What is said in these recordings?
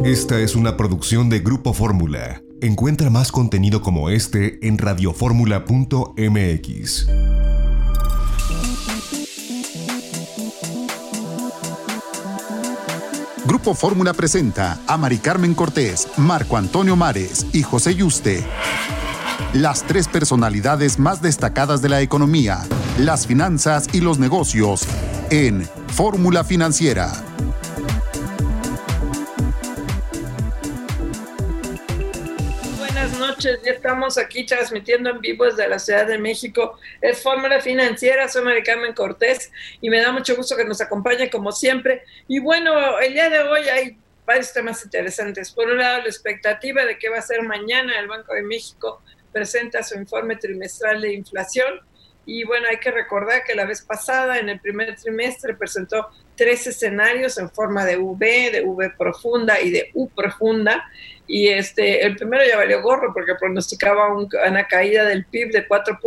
Esta es una producción de Grupo Fórmula. Encuentra más contenido como este en radioformula.mx. Grupo Fórmula presenta a Mari Carmen Cortés, Marco Antonio Mares y José Yuste. Las tres personalidades más destacadas de la economía, las finanzas y los negocios en Fórmula Financiera. Buenas noches, ya estamos aquí transmitiendo en vivo desde la Ciudad de México. Es Fórmula Financiera, soy Mari Carmen Cortés y me da mucho gusto que nos acompañe como siempre. Y bueno, el día de hoy hay varios temas interesantes. Por un lado, la expectativa de qué va a ser mañana. El Banco de México presenta su informe trimestral de inflación. Y bueno, hay que recordar que la vez pasada, en el primer trimestre, presentó 3 escenarios en forma de V profunda y de U profunda. Y el primero ya valió gorro porque pronosticaba una caída del PIB de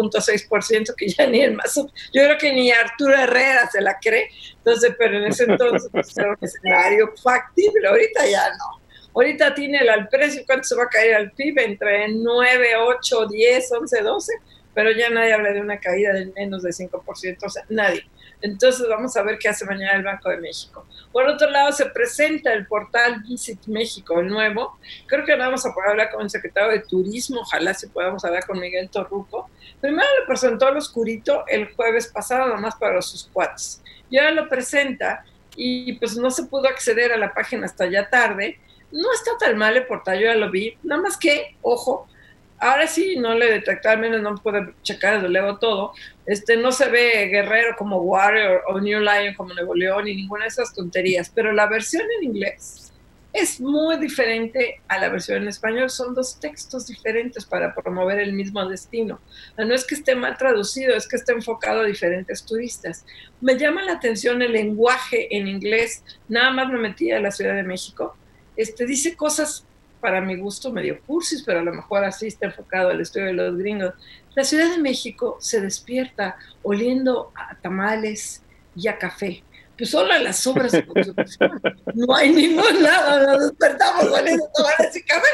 4.6%, que ya ni el más, yo creo que ni Arturo Herrera se la cree. Entonces, pero en ese entonces pues, era un escenario factible. Ahorita ya no. Ahorita tiene el precio, ¿cuánto se va a caer al PIB? Entre 9, 8, 10, 11, 12, pero ya nadie habla de una caída de menos de 5%, o sea, nadie. Entonces vamos a ver qué hace mañana el Banco de México. Por otro lado, se presenta el portal Visit México, el nuevo. Creo que vamos a poder hablar con el secretario de Turismo, ojalá si podamos hablar con Miguel Torruco. Primero lo presentó al oscurito el jueves pasado, nomás para sus cuates. Y ahora lo presenta y pues no se pudo acceder a la página hasta ya tarde. No está tan mal el portal, yo ya lo vi, nada más que, ojo, ahora sí no le detecté, al menos no puedo checar desde luego todo. No se ve Guerrero como Warrior o New Lion como Nuevo León y ninguna de esas tonterías, pero la versión en inglés es muy diferente a la versión en español. Son 2 textos diferentes para promover el mismo destino. No es que esté mal traducido, es que está enfocado a diferentes turistas. Me llama la atención el lenguaje en inglés. Nada más me metí a la Ciudad de México. Dice cosas para mi gusto medio cursis, pero a lo mejor así está enfocado al estudio de los gringos. La Ciudad de México se despierta oliendo a tamales y a café. Pues solo a las obras de construcción. No hay ningún lado, nos despertamos oliendo a tamales y café.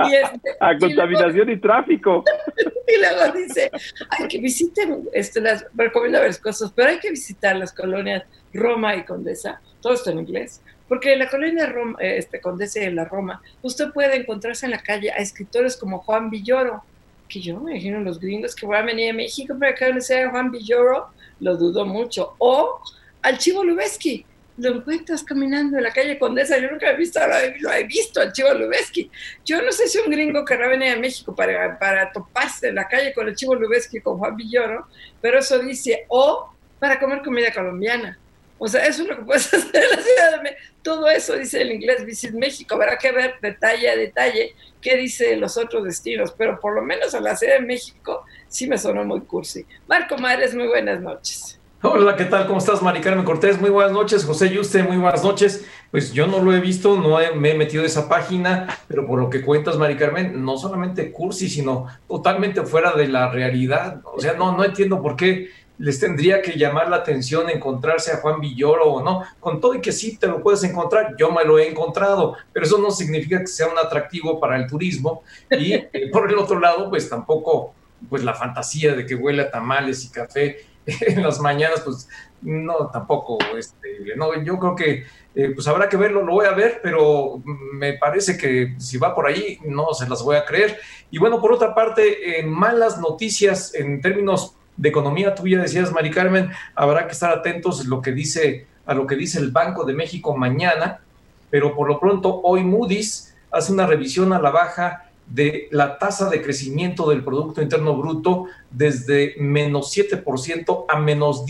A contaminación y tráfico. Y luego dice, hay que visiten, recomiendo varias cosas, pero hay que visitar las colonias Roma y Condesa, todo esto en inglés. Porque en la colonia Roma, Condesa y en la Roma, usted puede encontrarse en la calle a escritores como Juan Villoro, que yo me imagino los gringos que van a venir a México para que no sea Juan Villoro, lo dudo mucho. O al Chivo Lubeski, lo encuentras caminando en la calle Condesa. Yo nunca he visto, lo he visto al Chivo Lubeski. Yo no sé si un gringo querrá venir a México para toparse en la calle con el Chivo Lubeski, con Juan Villoro, pero eso dice, o para comer comida colombiana. O sea, eso es lo que puedes hacer en la Ciudad de México. Todo eso dice el inglés Visit México. Habrá que ver detalle a detalle qué dice los otros destinos, pero por lo menos a la Ciudad de México sí me sonó muy cursi. Marco Mares, muy buenas noches. Hola, ¿qué tal? ¿Cómo estás, Mari Carmen Cortés? Muy buenas noches. José Yuste, muy buenas noches. Pues yo no lo he visto, me he metido a esa página, pero por lo que cuentas, Mari Carmen, no solamente cursi, sino totalmente fuera de la realidad. O sea, no entiendo por qué les tendría que llamar la atención encontrarse a Juan Villoro o no, con todo y que sí te lo puedes encontrar, yo me lo he encontrado, pero eso no significa que sea un atractivo para el turismo. Y por el otro lado, pues tampoco, pues la fantasía de que huele a tamales y café en las mañanas, pues no, tampoco, no, yo creo que pues habrá que verlo, lo voy a ver, pero me parece que si va por ahí, no se las voy a creer. Y bueno, por otra parte, malas noticias en términos de economía. Tú ya decías, Mari Carmen, habrá que estar atentos a lo que dice el Banco de México mañana, pero por lo pronto hoy Moody's hace una revisión a la baja de la tasa de crecimiento del Producto Interno Bruto desde menos 7% a menos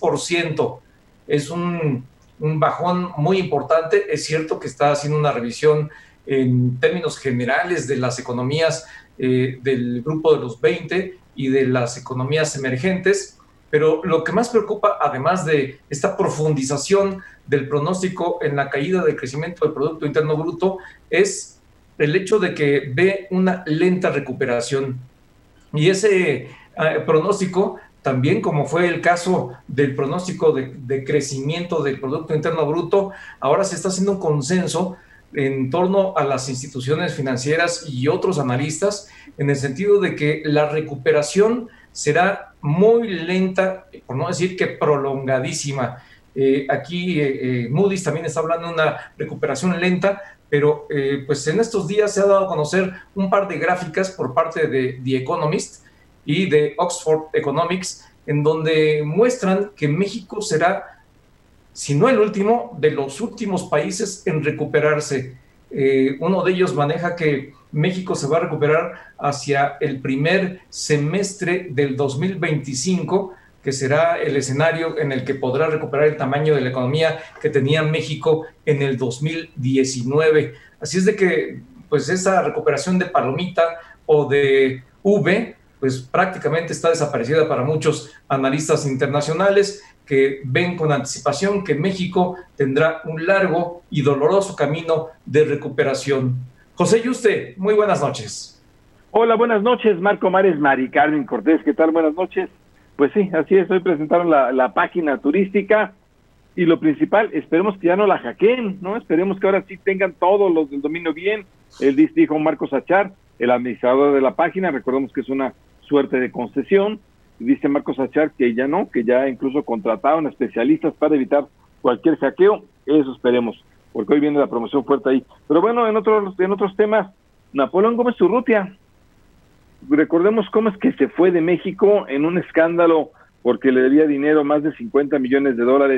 10%. Es un bajón muy importante. Es cierto que está haciendo una revisión en términos generales de las economías del grupo de los 20 y de las economías emergentes, pero lo que más preocupa, además de esta profundización del pronóstico en la caída del crecimiento del Producto Interno Bruto, es el hecho de que ve una lenta recuperación. Y ese pronóstico, también como fue el caso del pronóstico de crecimiento del Producto Interno Bruto, ahora se está haciendo un consenso en torno a las instituciones financieras y otros analistas, en el sentido de que la recuperación será muy lenta, por no decir que prolongadísima. Aquí Moody's también está hablando de una recuperación lenta, pero pues en estos días se ha dado a conocer un par de gráficas por parte de The Economist y de Oxford Economics, en donde muestran que México será, si no el último, de los últimos países en recuperarse. Uno de ellos maneja que México se va a recuperar hacia el primer semestre del 2025, que será el escenario en el que podrá recuperar el tamaño de la economía que tenía México en el 2019. Así es de que, pues, esa recuperación de palomita o de V, pues prácticamente está desaparecida para muchos analistas internacionales, que ven con anticipación que México tendrá un largo y doloroso camino de recuperación. José Yuste, muy buenas noches. Hola, buenas noches, Marco Mares, Mari Carmen Cortés, ¿qué tal? Buenas noches. Pues sí, así es, hoy presentaron la página turística y lo principal, esperemos que ya no la hackeen, ¿no? Esperemos que ahora sí tengan todos los del dominio bien. Él dijo Marcos Achar, el administrador de la página, recordemos que es una suerte de concesión. Dice Marcos Achar que ya no, que ya incluso contrataron especialistas para evitar cualquier hackeo. Eso esperemos, porque hoy viene la promoción fuerte ahí. Pero bueno, en otros temas, Napoleón Gómez Urrutia, recordemos cómo es que se fue de México en un escándalo porque le debía dinero, más de $50 millones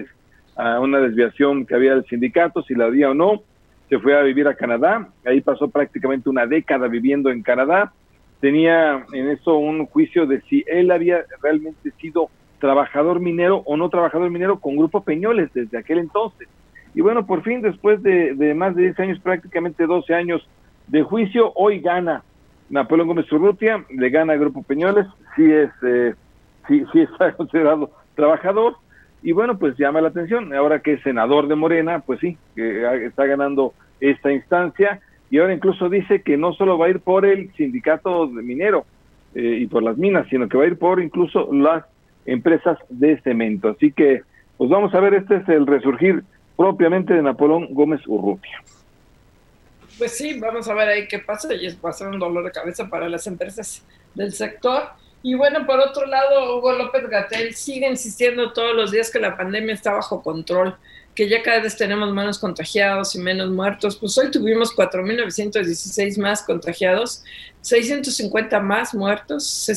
a una desviación que había del sindicato, si la había o no. Se fue a vivir a Canadá, ahí pasó prácticamente una década viviendo en Canadá. Tenía en eso un juicio de si él había realmente sido trabajador minero o no trabajador minero con Grupo Peñoles desde aquel entonces. Y bueno, por fin, después de más de 10 años, prácticamente 12 años de juicio, hoy gana Napoleón Gómez Urrutia, le gana a Grupo Peñoles, sí está considerado trabajador, y bueno, pues llama la atención, ahora que es senador de Morena, pues sí, que está ganando esta instancia, y ahora incluso dice que no solo va a ir por el sindicato minero y por las minas, sino que va a ir por incluso las empresas de cemento. Así que, pues vamos a ver, este es el resurgir propiamente de Napoleón Gómez Urrutia. Pues sí, vamos a ver ahí qué pasa, y va a ser un dolor de cabeza para las empresas del sector. Y bueno, por otro lado, Hugo López-Gatell sigue insistiendo todos los días que la pandemia está bajo control, que ya cada vez tenemos menos contagiados y menos muertos. Pues hoy tuvimos 4.916 más contagiados, 650 más muertos,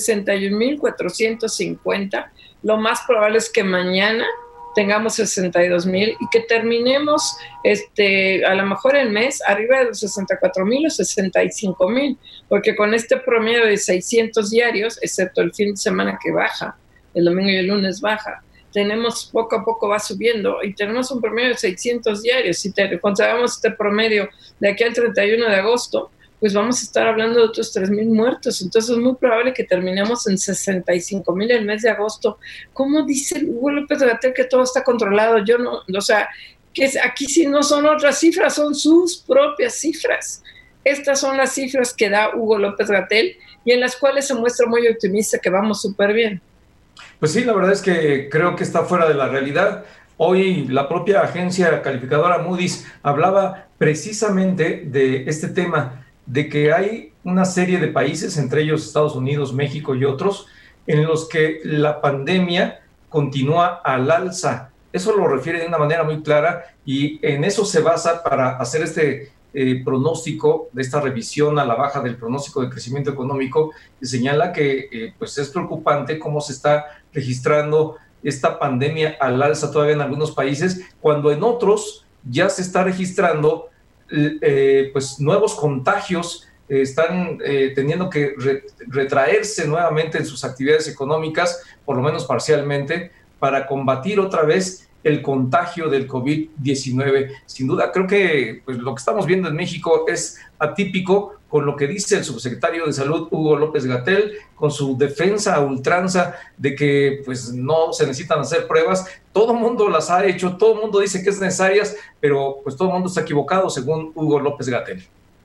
61.450. Lo más probable es que mañana tengamos 62,000 y que terminemos a lo mejor el mes arriba de los 64,000 o 65,000, porque con este promedio de 600 diarios, excepto el fin de semana que baja, el domingo y el lunes baja, tenemos poco a poco va subiendo y tenemos un promedio de 600 diarios. Si consideramos este promedio de aquí al 31 de agosto, pues vamos a estar hablando de otros 3,000 muertos. Entonces es muy probable que terminemos en 65,000 el mes de agosto. ¿Cómo dice Hugo López-Gatell que todo está controlado? Yo no, o sea, que aquí sí no son otras cifras, son sus propias cifras. Estas son las cifras que da Hugo López-Gatell y en las cuales se muestra muy optimista que vamos súper bien. Pues sí, la verdad es que creo que está fuera de la realidad. Hoy la propia agencia calificadora Moody's hablaba precisamente de este tema, de que hay una serie de países, entre ellos Estados Unidos, México y otros, en los que la pandemia continúa al alza. Eso lo refiere de una manera muy clara y en eso se basa para hacer este pronóstico, de esta revisión a la baja del pronóstico de crecimiento económico, que señala que pues es preocupante cómo se está registrando esta pandemia al alza todavía en algunos países, cuando en otros ya se está registrando pues nuevos contagios, están teniendo que retraerse nuevamente en sus actividades económicas, por lo menos parcialmente, para combatir otra vez el contagio del COVID-19. Sin duda, creo que pues, lo que estamos viendo en México es atípico con lo que dice el subsecretario de Salud, Hugo López-Gatell, con su defensa a ultranza de que pues, no se necesitan hacer pruebas. Todo el mundo las ha hecho, todo el mundo dice que es necesarias, pero pues todo el mundo está equivocado, según Hugo López-Gatell.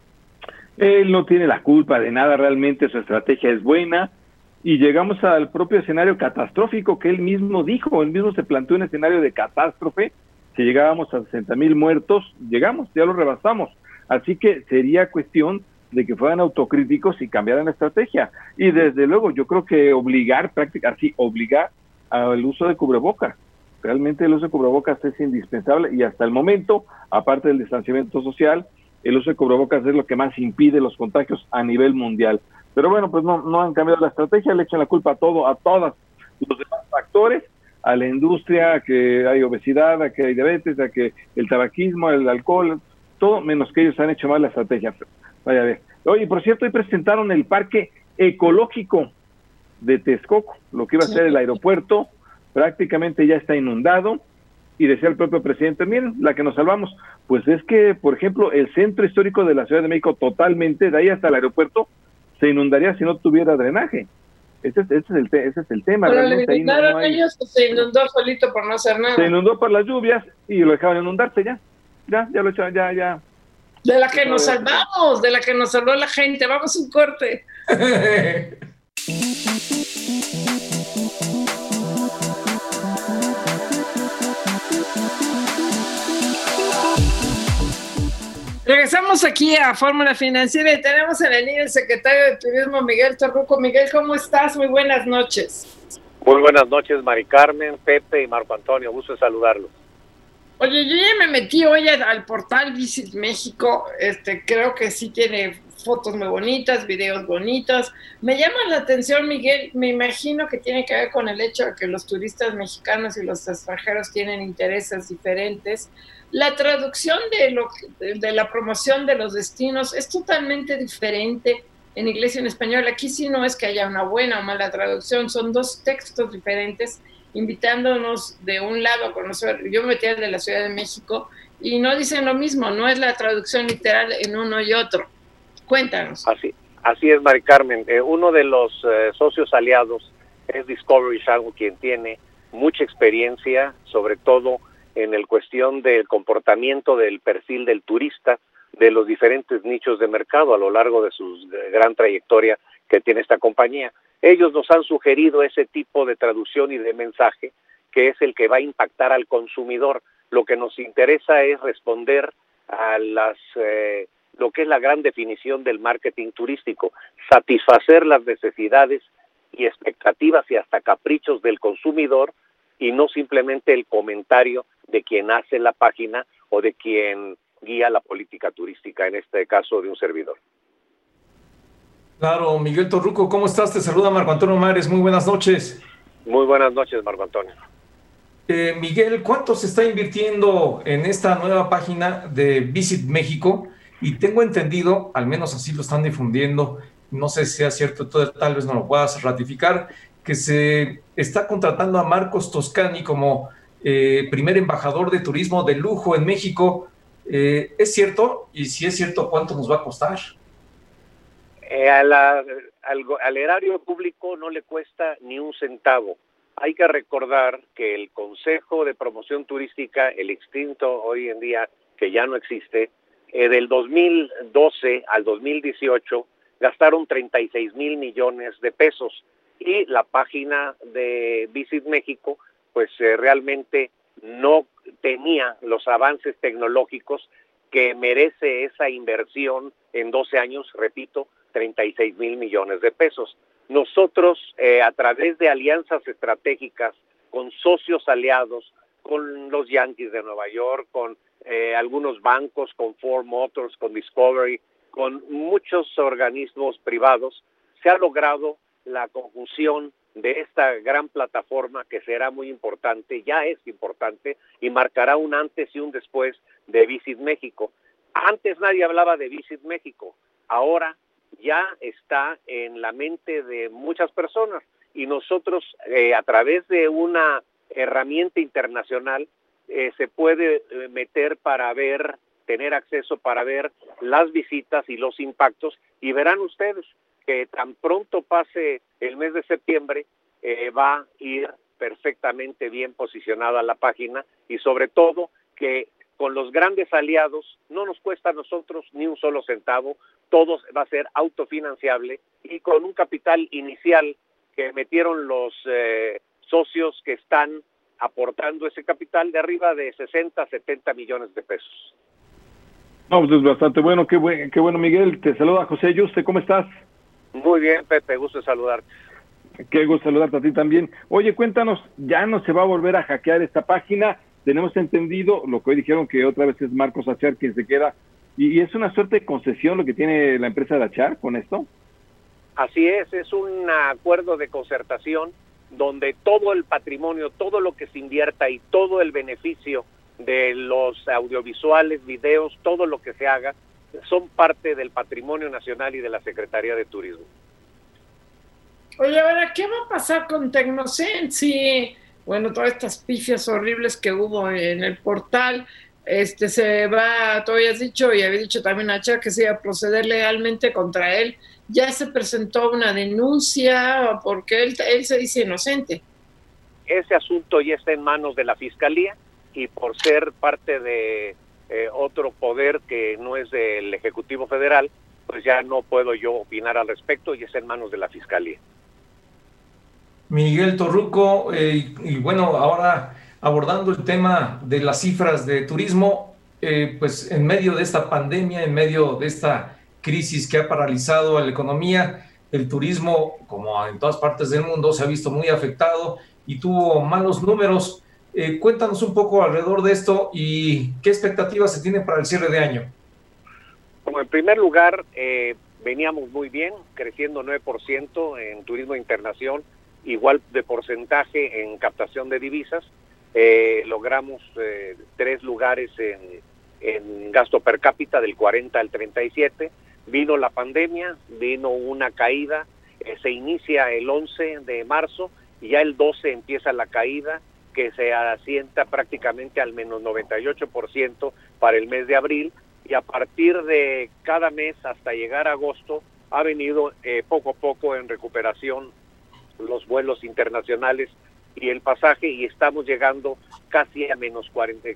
Él no tiene la culpa de nada, realmente su estrategia es buena. Y llegamos al propio escenario catastrófico que él mismo dijo, él mismo se planteó un escenario de catástrofe, si llegábamos a 60,000 muertos, llegamos, ya lo rebasamos. Así que sería cuestión de que fueran autocríticos y cambiaran la estrategia. Y desde luego yo creo que obligar al uso de cubrebocas. Realmente el uso de cubrebocas es indispensable y hasta el momento, aparte del distanciamiento social, el uso de cubrebocas es lo que más impide los contagios a nivel mundial. Pero bueno, pues no han cambiado la estrategia, le echan la culpa a todos los demás factores, a la industria, a que hay obesidad, a que hay diabetes, a que el tabaquismo, el alcohol, todo menos que ellos han hecho mal la estrategia. Vaya a ver. Oye, por cierto, hoy presentaron el parque ecológico de Texcoco, lo que iba a ser el aeropuerto, prácticamente ya está inundado, y decía el propio presidente, miren, la que nos salvamos, pues es que, por ejemplo, el centro histórico de la Ciudad de México totalmente, de ahí hasta el aeropuerto, se inundaría si no tuviera drenaje. Ese es el tema. Pero le inundaron ellos, o se inundó solito por no hacer nada. Se inundó por las lluvias y lo dejaban inundarse ya lo echaban, ya. De la que nos salvamos, de la que nos salvó la gente. Vamos a un corte. Regresamos aquí a Fórmula Financiera y tenemos en la línea el secretario de Turismo, Miguel Torruco. Miguel, ¿cómo estás? Muy buenas noches. Muy buenas noches, Mari Carmen, Pepe y Marco Antonio. Gusto de saludarlos. Oye, yo ya me metí hoy al portal Visit México. Creo que sí tiene fotos muy bonitas, videos bonitos. Me llama la atención, Miguel, me imagino que tiene que ver con el hecho de que los turistas mexicanos y los extranjeros tienen intereses diferentes. La traducción de la promoción de los destinos es totalmente diferente en inglés y en español. Aquí sí no es que haya una buena o mala traducción, son dos textos diferentes invitándonos de un lado a conocer. Yo me metí al de la Ciudad de México y no dicen lo mismo, no es la traducción literal en uno y otro. Cuéntanos. Así es, Mari Carmen. Uno de los socios aliados es Discovery Channel, quien tiene mucha experiencia, sobre todo en el cuestión del comportamiento del perfil del turista, de los diferentes nichos de mercado a lo largo de su gran trayectoria que tiene esta compañía. Ellos nos han sugerido ese tipo de traducción y de mensaje, que es el que va a impactar al consumidor. Lo que nos interesa es responder a lo que es la gran definición del marketing turístico, satisfacer las necesidades y expectativas y hasta caprichos del consumidor, y no simplemente el comentario de quien hace la página o de quien guía la política turística, en este caso de un servidor. Claro, Miguel Torruco, ¿cómo estás? Te saluda Marco Antonio Mares, muy buenas noches. Muy buenas noches, Marco Antonio. Miguel, ¿cuánto se está invirtiendo en esta nueva página de Visit México? Y tengo entendido, al menos así lo están difundiendo, no sé si sea cierto, tal vez no lo puedas ratificar, que se está contratando a Marcos Toscani como primer embajador de turismo de lujo en México. ¿Es cierto? Y si es cierto, ¿cuánto nos va a costar? Al erario público no le cuesta ni un centavo. Hay que recordar que el Consejo de Promoción Turística, el extinto hoy en día, que ya no existe, del 2012 al 2018 gastaron 36,000 millones de pesos, y la página de Visit México pues realmente no tenía los avances tecnológicos que merece esa inversión en 12 años, repito, 36,000 millones de pesos. Nosotros, a través de alianzas estratégicas con socios aliados, con los Yankees de Nueva York, con algunos bancos, con Ford Motors, con Discovery, con muchos organismos privados, se ha logrado la conjunción de esta gran plataforma que será muy importante, ya es importante, y marcará un antes y un después de Visit México. Antes nadie hablaba de Visit México, ahora ya está en la mente de muchas personas, y nosotros a través de una herramienta internacional se puede meter para ver, tener acceso para ver las visitas y los impactos, y verán ustedes que tan pronto pase el mes de septiembre va a ir perfectamente bien posicionada la página, y sobre todo que con los grandes aliados no nos cuesta a nosotros ni un solo centavo, todo va a ser autofinanciable, y con un capital inicial que metieron los socios que están aportando ese capital de arriba de 60, 70 millones de pesos. No, pues es bastante bueno, qué bueno, Miguel. Te saluda José Yuste, ¿cómo estás? Muy bien, Pepe, gusto de saludarte. Qué gusto saludarte a ti también. Oye, cuéntanos, ¿ya no se va a volver a hackear esta página? Tenemos entendido, lo que hoy dijeron que otra vez es Marcos Achar quien se queda, y es una suerte de concesión lo que tiene la empresa de Achar con esto. Así es un acuerdo de concertación donde todo el patrimonio, todo lo que se invierta y todo el beneficio de los audiovisuales, videos, todo lo que se haga, son parte del patrimonio nacional y de la Secretaría de Turismo. Oye, ahora, ¿qué va a pasar con Tecnocent? Sí, bueno, todas estas pifias horribles que hubo en el portal, se va, tú habías dicho y había dicho también a Char que se iba a proceder legalmente contra él. Ya se presentó una denuncia porque él se dice inocente. Ese asunto ya está en manos de la Fiscalía y por ser parte de otro poder que no es del Ejecutivo Federal, pues ya no puedo yo opinar al respecto y está en manos de la Fiscalía. Miguel Torruco, y bueno, ahora abordando el tema de las cifras de turismo, pues en medio de esta pandemia, en medio de esta crisis que ha paralizado a la economía, el turismo, como en todas partes del mundo, se ha visto muy afectado y tuvo malos números. Cuéntanos un poco alrededor de esto y qué expectativas se tienen para el cierre de año. Como en primer lugar, veníamos muy bien, creciendo 9% en turismo internacional, igual de porcentaje en captación de divisas. Logramos 3 lugares en gasto per cápita del 40 al 37. Vino la pandemia, vino una caída, se inicia el 11 de marzo y ya el 12 empieza la caída que se asienta prácticamente al menos 98% para el mes de abril, y a partir de cada mes hasta llegar a agosto ha venido poco a poco en recuperación los vuelos internacionales y el pasaje, y estamos llegando casi a menos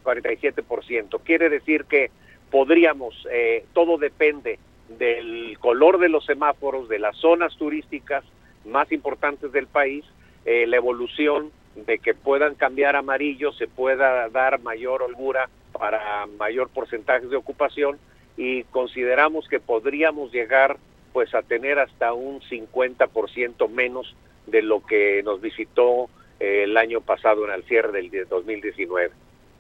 47%. Quiere decir que podríamos, todo depende del color de los semáforos, de las zonas turísticas más importantes del país, la evolución de que puedan cambiar a amarillo, se pueda dar mayor holgura para mayor porcentaje de ocupación, y consideramos que podríamos llegar pues a tener hasta un 50% menos de lo que nos visitó el año pasado en el cierre del 2019.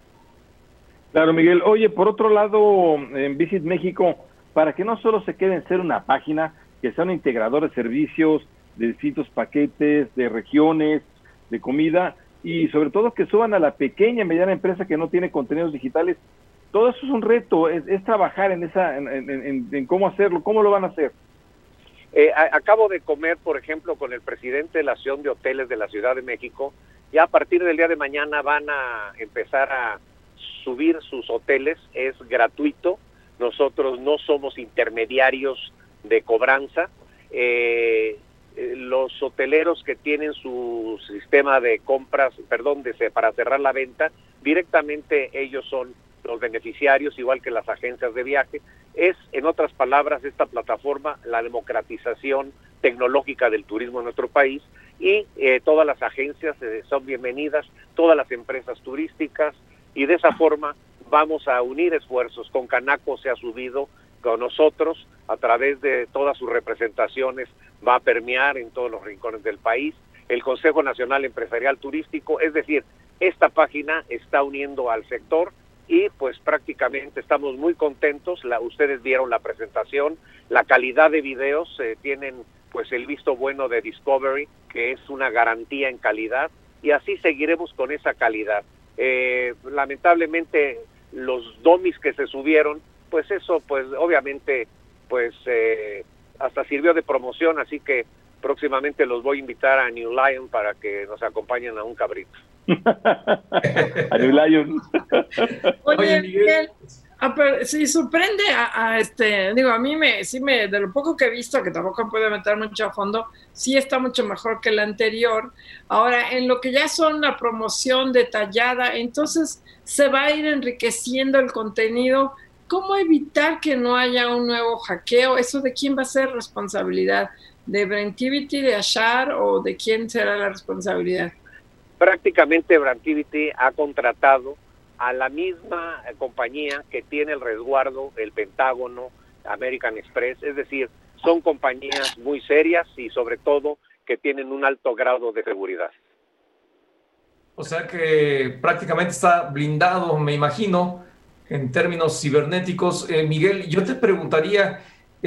Claro, Miguel. Oye, por otro lado, en Visit México, para que no solo se quede en ser una página, que sea un integrador de servicios, de distintos paquetes, de regiones, de comida, y sobre todo que suban a la pequeña y mediana empresa que no tiene contenidos digitales. Todo eso es un reto, es trabajar en cómo hacerlo. ¿Cómo lo van a hacer? Acabo de comer, por ejemplo, con el presidente de la Asociación de Hoteles de la Ciudad de México. Ya a partir del día de mañana van a empezar a subir sus hoteles, es gratuito. Nosotros no somos intermediarios de cobranza. Los hoteleros que tienen su sistema de compras, para cerrar la venta, directamente ellos son los beneficiarios, igual que las agencias de viaje. Es, en otras palabras, esta plataforma la democratización tecnológica del turismo en nuestro país, y todas las agencias son bienvenidas, todas las empresas turísticas, y de esa forma vamos a unir esfuerzos. Con Canaco se ha subido con nosotros a través de todas sus representaciones, va a permear en todos los rincones del país. El Consejo Nacional Empresarial Turístico, es decir, esta página está uniendo al sector, y pues prácticamente estamos muy contentos. Ustedes vieron la presentación, la calidad de videos, tienen pues el visto bueno de Discovery, que es una garantía en calidad, y así seguiremos con esa calidad. Lamentablemente los domis que se subieron, pues eso pues obviamente pues hasta sirvió de promoción, así que próximamente los voy a invitar a New Lion para que nos acompañen a un cabrito. A New Lion. Oye, Miguel, pero sí sorprende a mí de lo poco que he visto, que tampoco puedo meter mucho a fondo, sí está mucho mejor que el anterior. Ahora, en lo que ya son la promoción detallada, entonces se va a ir enriqueciendo el contenido. ¿Cómo evitar que no haya un nuevo hackeo? ¿Eso de quién va a ser responsabilidad? ¿De Brentivity, de Achar, o de quién será la responsabilidad? Prácticamente Brentivity ha contratado a la misma compañía que tiene el resguardo, el Pentágono, American Express, es decir, son compañías muy serias y sobre todo que tienen un alto grado de seguridad. O sea que prácticamente está blindado, me imagino, en términos cibernéticos. Miguel, yo te preguntaría,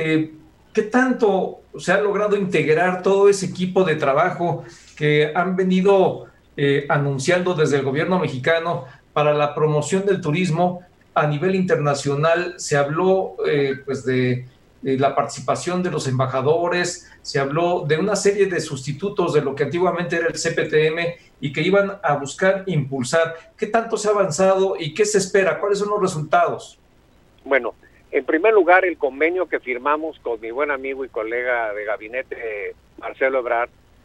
¿qué tanto se ha logrado integrar todo ese equipo de trabajo que han venido anunciando desde el gobierno mexicano para la promoción del turismo a nivel internacional? Se habló pues de la participación de los embajadores, se habló de una serie de sustitutos de lo que antiguamente era el CPTM y que iban a buscar impulsar. ¿Qué tanto se ha avanzado y qué se espera? ¿Cuáles son los resultados? Bueno, en primer lugar, el convenio que firmamos con mi buen amigo y colega de gabinete, Marcelo Ebrard,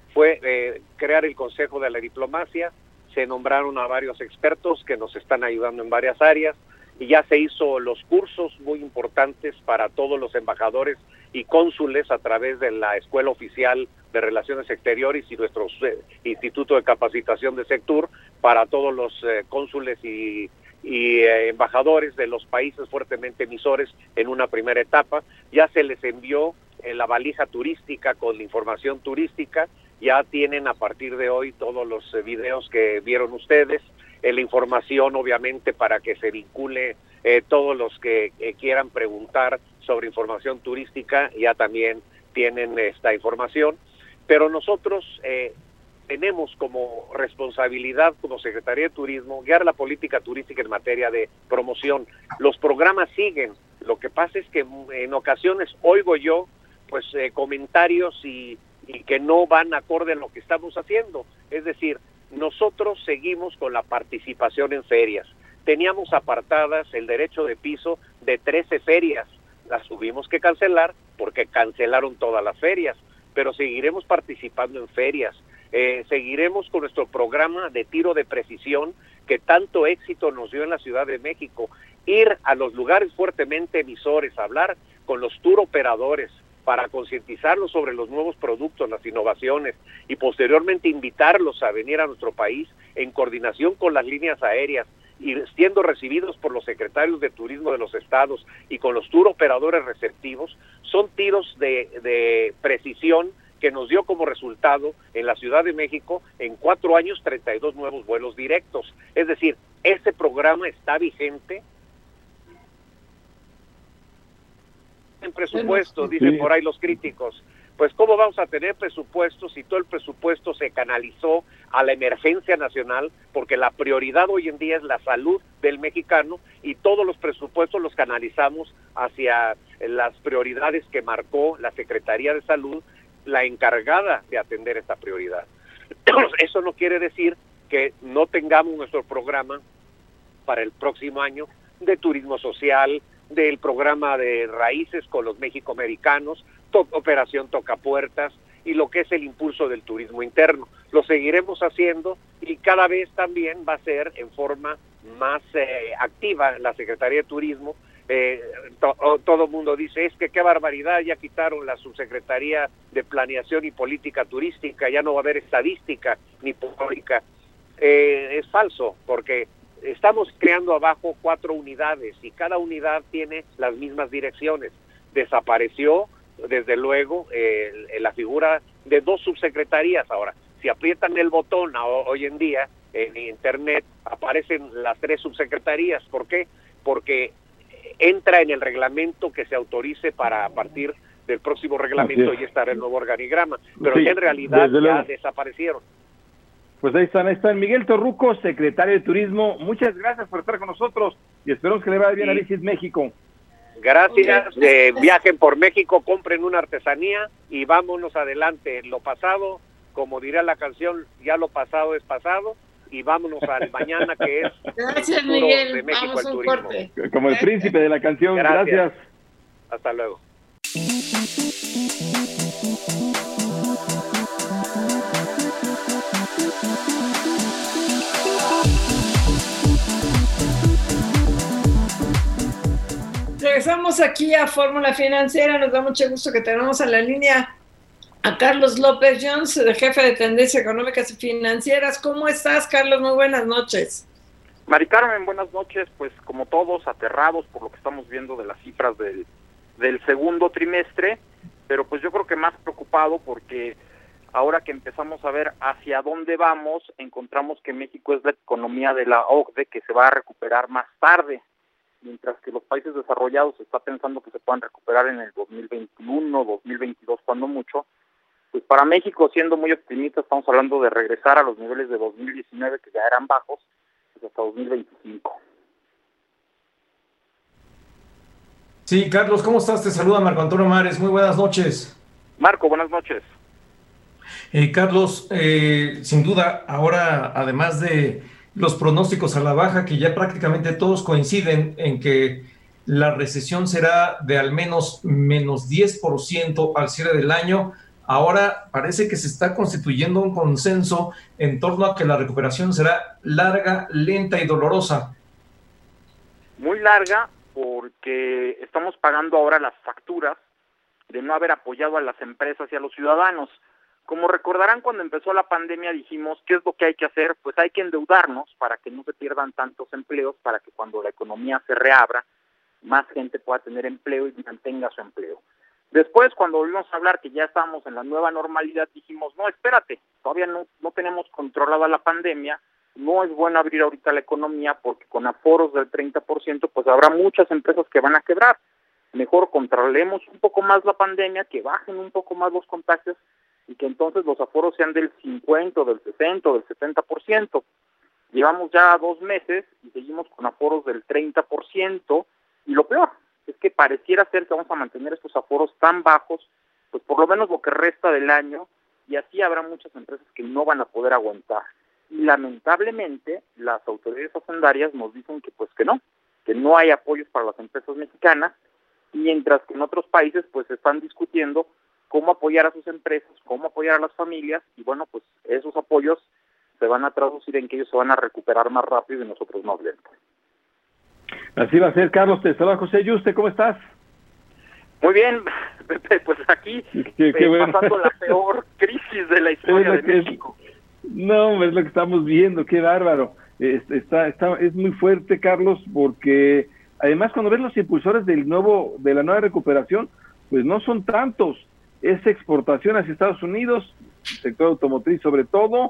fue crear el Consejo de la Diplomacia. Se nombraron a varios expertos que nos están ayudando en varias áreas y ya se hizo los cursos muy importantes para todos los embajadores y cónsules a través de la Escuela Oficial de Relaciones Exteriores y nuestro Instituto de Capacitación de Sectur para todos los cónsules y embajadores de los países fuertemente emisores en una primera etapa. Ya se les envió la valija turística con la información turística. Ya tienen a partir de hoy todos los videos que vieron ustedes, la información obviamente para que se vincule todos los que quieran preguntar sobre información turística, ya también tienen esta información, pero nosotros tenemos como responsabilidad como Secretaría de Turismo guiar la política turística en materia de promoción. Los programas siguen, lo que pasa es que en ocasiones oigo yo pues comentarios y que no van acorde a lo que estamos haciendo. Es decir, nosotros seguimos con la participación en ferias. Teníamos apartadas el derecho de piso de 13 ferias. Las tuvimos que cancelar porque cancelaron todas las ferias, pero seguiremos participando en ferias. Seguiremos con nuestro programa de tiro de precisión que tanto éxito nos dio en la Ciudad de México. Ir a los lugares fuertemente emisores, hablar con los tour operadores, para concientizarlos sobre los nuevos productos, las innovaciones y posteriormente invitarlos a venir a nuestro país en coordinación con las líneas aéreas y siendo recibidos por los secretarios de turismo de los estados y con los tour operadores receptivos, son tiros de precisión que nos dio como resultado en la Ciudad de México en 4 años 32 nuevos vuelos directos. Es decir, este programa está vigente. En presupuesto, dicen por ahí los críticos. Pues ¿cómo vamos a tener presupuestos si todo el presupuesto se canalizó a la emergencia nacional? Porque la prioridad hoy en día es la salud del mexicano y todos los presupuestos los canalizamos hacia las prioridades que marcó la Secretaría de Salud, la encargada de atender esta prioridad. Eso no quiere decir que no tengamos nuestro programa para el próximo año de turismo social, del programa de raíces con los mexicoamericanos, Operación Tocapuertas y lo que es el impulso del turismo interno. Lo seguiremos haciendo y cada vez también va a ser en forma más activa la Secretaría de Turismo. Todo el mundo dice, es que qué barbaridad, ya quitaron la Subsecretaría de Planeación y Política Turística, ya no va a haber estadística ni política. Es falso, porque estamos creando abajo 4 unidades y cada unidad tiene las mismas direcciones. Desapareció, desde luego, la figura de 2 subsecretarías. Ahora, si aprietan el botón hoy en día en internet, aparecen las 3 subsecretarías. ¿Por qué? Porque entra en el reglamento que se autorice para a partir del próximo reglamento y estará el nuevo organigrama. Pero sí, en realidad ya desaparecieron. Pues ahí están. Miguel Torruco, secretario de Turismo, muchas gracias por estar con nosotros y esperamos que le vaya bien a Visit México. Gracias, viajen por México, compren una artesanía y vámonos adelante. Lo pasado, como dirá la canción, ya lo pasado es pasado y vámonos al mañana que es gracias, el futuro Miguel. de México, Vamos el un turismo. corte. Como el príncipe de la canción, gracias. Hasta luego. Regresamos aquí a Fórmula Financiera. Nos da mucho gusto que tenemos en la línea a Carlos López Jones, jefe de Tendencias Económicas y Financieras. ¿Cómo estás, Carlos? Muy buenas noches. Mari Carmen, buenas noches. Pues como todos, aterrados por lo que estamos viendo de las cifras del segundo trimestre, pero pues yo creo que más preocupado porque ahora que empezamos a ver hacia dónde vamos, encontramos que México es la economía de la OCDE que se va a recuperar más tarde, mientras que los países desarrollados se está pensando que se puedan recuperar en el 2021, 2022 cuando mucho. Pues para México, siendo muy optimista, estamos hablando de regresar a los niveles de 2019 que ya eran bajos, pues hasta 2025. Sí, Carlos, ¿cómo estás? Te saluda Marco Antonio Mares. Muy buenas noches. Marco, buenas noches. Carlos, sin duda, ahora, además de los pronósticos a la baja, que ya prácticamente todos coinciden en que la recesión será de al menos menos 10% al cierre del año, ahora parece que se está constituyendo un consenso en torno a que la recuperación será larga, lenta y dolorosa. Muy larga, porque estamos pagando ahora las facturas de no haber apoyado a las empresas y a los ciudadanos. Como recordarán, cuando empezó la pandemia dijimos, ¿qué es lo que hay que hacer? Pues hay que endeudarnos para que no se pierdan tantos empleos, para que cuando la economía se reabra, más gente pueda tener empleo y mantenga su empleo. Después, cuando volvimos a hablar que ya estábamos en la nueva normalidad, dijimos, no, espérate, todavía no tenemos controlada la pandemia, no es bueno abrir ahorita la economía porque con aforos del 30%, pues habrá muchas empresas que van a quebrar. Mejor controlemos un poco más la pandemia, que bajen un poco más los contagios y que entonces los aforos sean del 50, del 60, del 70%. Llevamos ya 2 meses y seguimos con aforos del 30%, y lo peor es que pareciera ser que vamos a mantener estos aforos tan bajos, pues por lo menos lo que resta del año, y así habrá muchas empresas que no van a poder aguantar. Y lamentablemente las autoridades hacendarias nos dicen que pues que no hay apoyos para las empresas mexicanas, mientras que en otros países pues están discutiendo cómo apoyar a sus empresas, cómo apoyar a las familias, y bueno, pues esos apoyos se van a traducir en que ellos se van a recuperar más rápido y nosotros más lento. Así va a ser, Carlos. Te saluda José Yuste, ¿cómo estás? Muy bien, Pepe, pues aquí qué bueno. Pasando la peor crisis de la historia de México. No, es lo que estamos viendo, qué bárbaro. Es muy fuerte, Carlos, porque además cuando ves los impulsores de la nueva recuperación, pues no son tantos. Es exportación hacia Estados Unidos, sector automotriz sobre todo,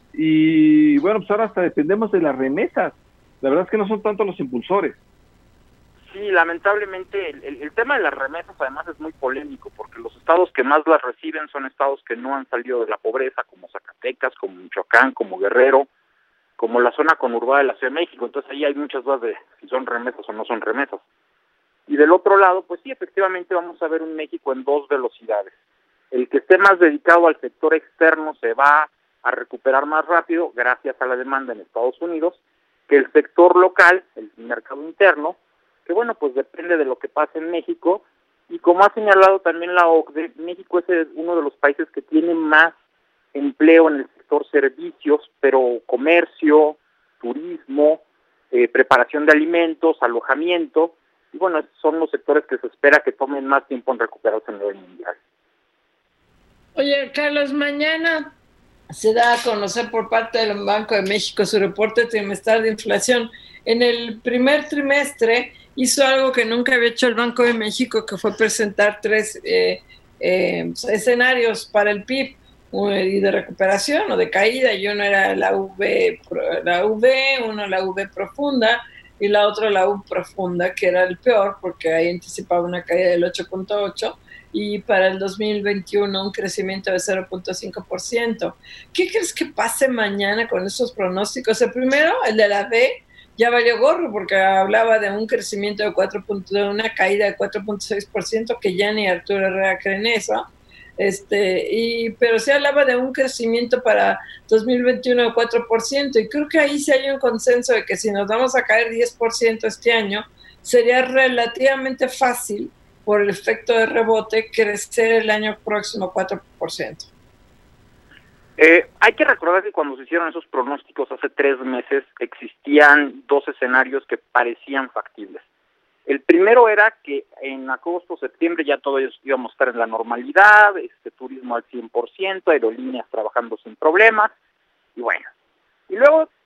y bueno, pues ahora hasta dependemos de las remesas. La verdad es que no son tantos los impulsores. Sí, lamentablemente el tema de las remesas además es muy polémico, porque los estados que más las reciben son estados que no han salido de la pobreza, como Zacatecas, como Michoacán, como Guerrero, como la zona conurbada de la Ciudad de México. Entonces ahí hay muchas dudas de si son remesas o no son remesas. Y del otro lado, pues sí, efectivamente vamos a ver un México en 2 velocidades. El que esté más dedicado al sector externo se va a recuperar más rápido gracias a la demanda en Estados Unidos, que el sector local, el mercado interno, que bueno, pues depende de lo que pase en México, y como ha señalado también la OCDE, México es uno de los países que tiene más empleo en el sector servicios, pero comercio, turismo, preparación de alimentos, alojamiento, y bueno, esos son los sectores que se espera que tomen más tiempo en recuperarse a nivel mundial. Oye, Carlos, mañana se da a conocer por parte del Banco de México su reporte trimestral de inflación. En el primer trimestre hizo algo que nunca había hecho el Banco de México, que fue presentar 3 escenarios para el PIB y de recuperación o de caída, y uno era la V, uno la V profunda y la otra la U profunda, que era el peor porque ahí anticipaba una caída del 8.8%, y para el 2021 un crecimiento de 0.5%. ¿Qué crees que pase mañana con esos pronósticos? El primero, el de la V, ya valió gorro porque hablaba de un crecimiento de una caída de 4.6%, que ya ni Arturo Herrera cree en eso. Pero se hablaba de un crecimiento para 2021 de 4%, y creo que ahí sí hay un consenso de que si nos vamos a caer 10% este año, sería relativamente fácil, por el efecto de rebote, crecer el año próximo 4%. Hay que recordar que cuando se hicieron esos pronósticos hace 3 meses, existían 2 escenarios que parecían factibles. El primero era que en agosto, septiembre ya todos íbamos a estar en la normalidad, turismo al 100%, aerolíneas trabajando sin problemas, y bueno. Y luego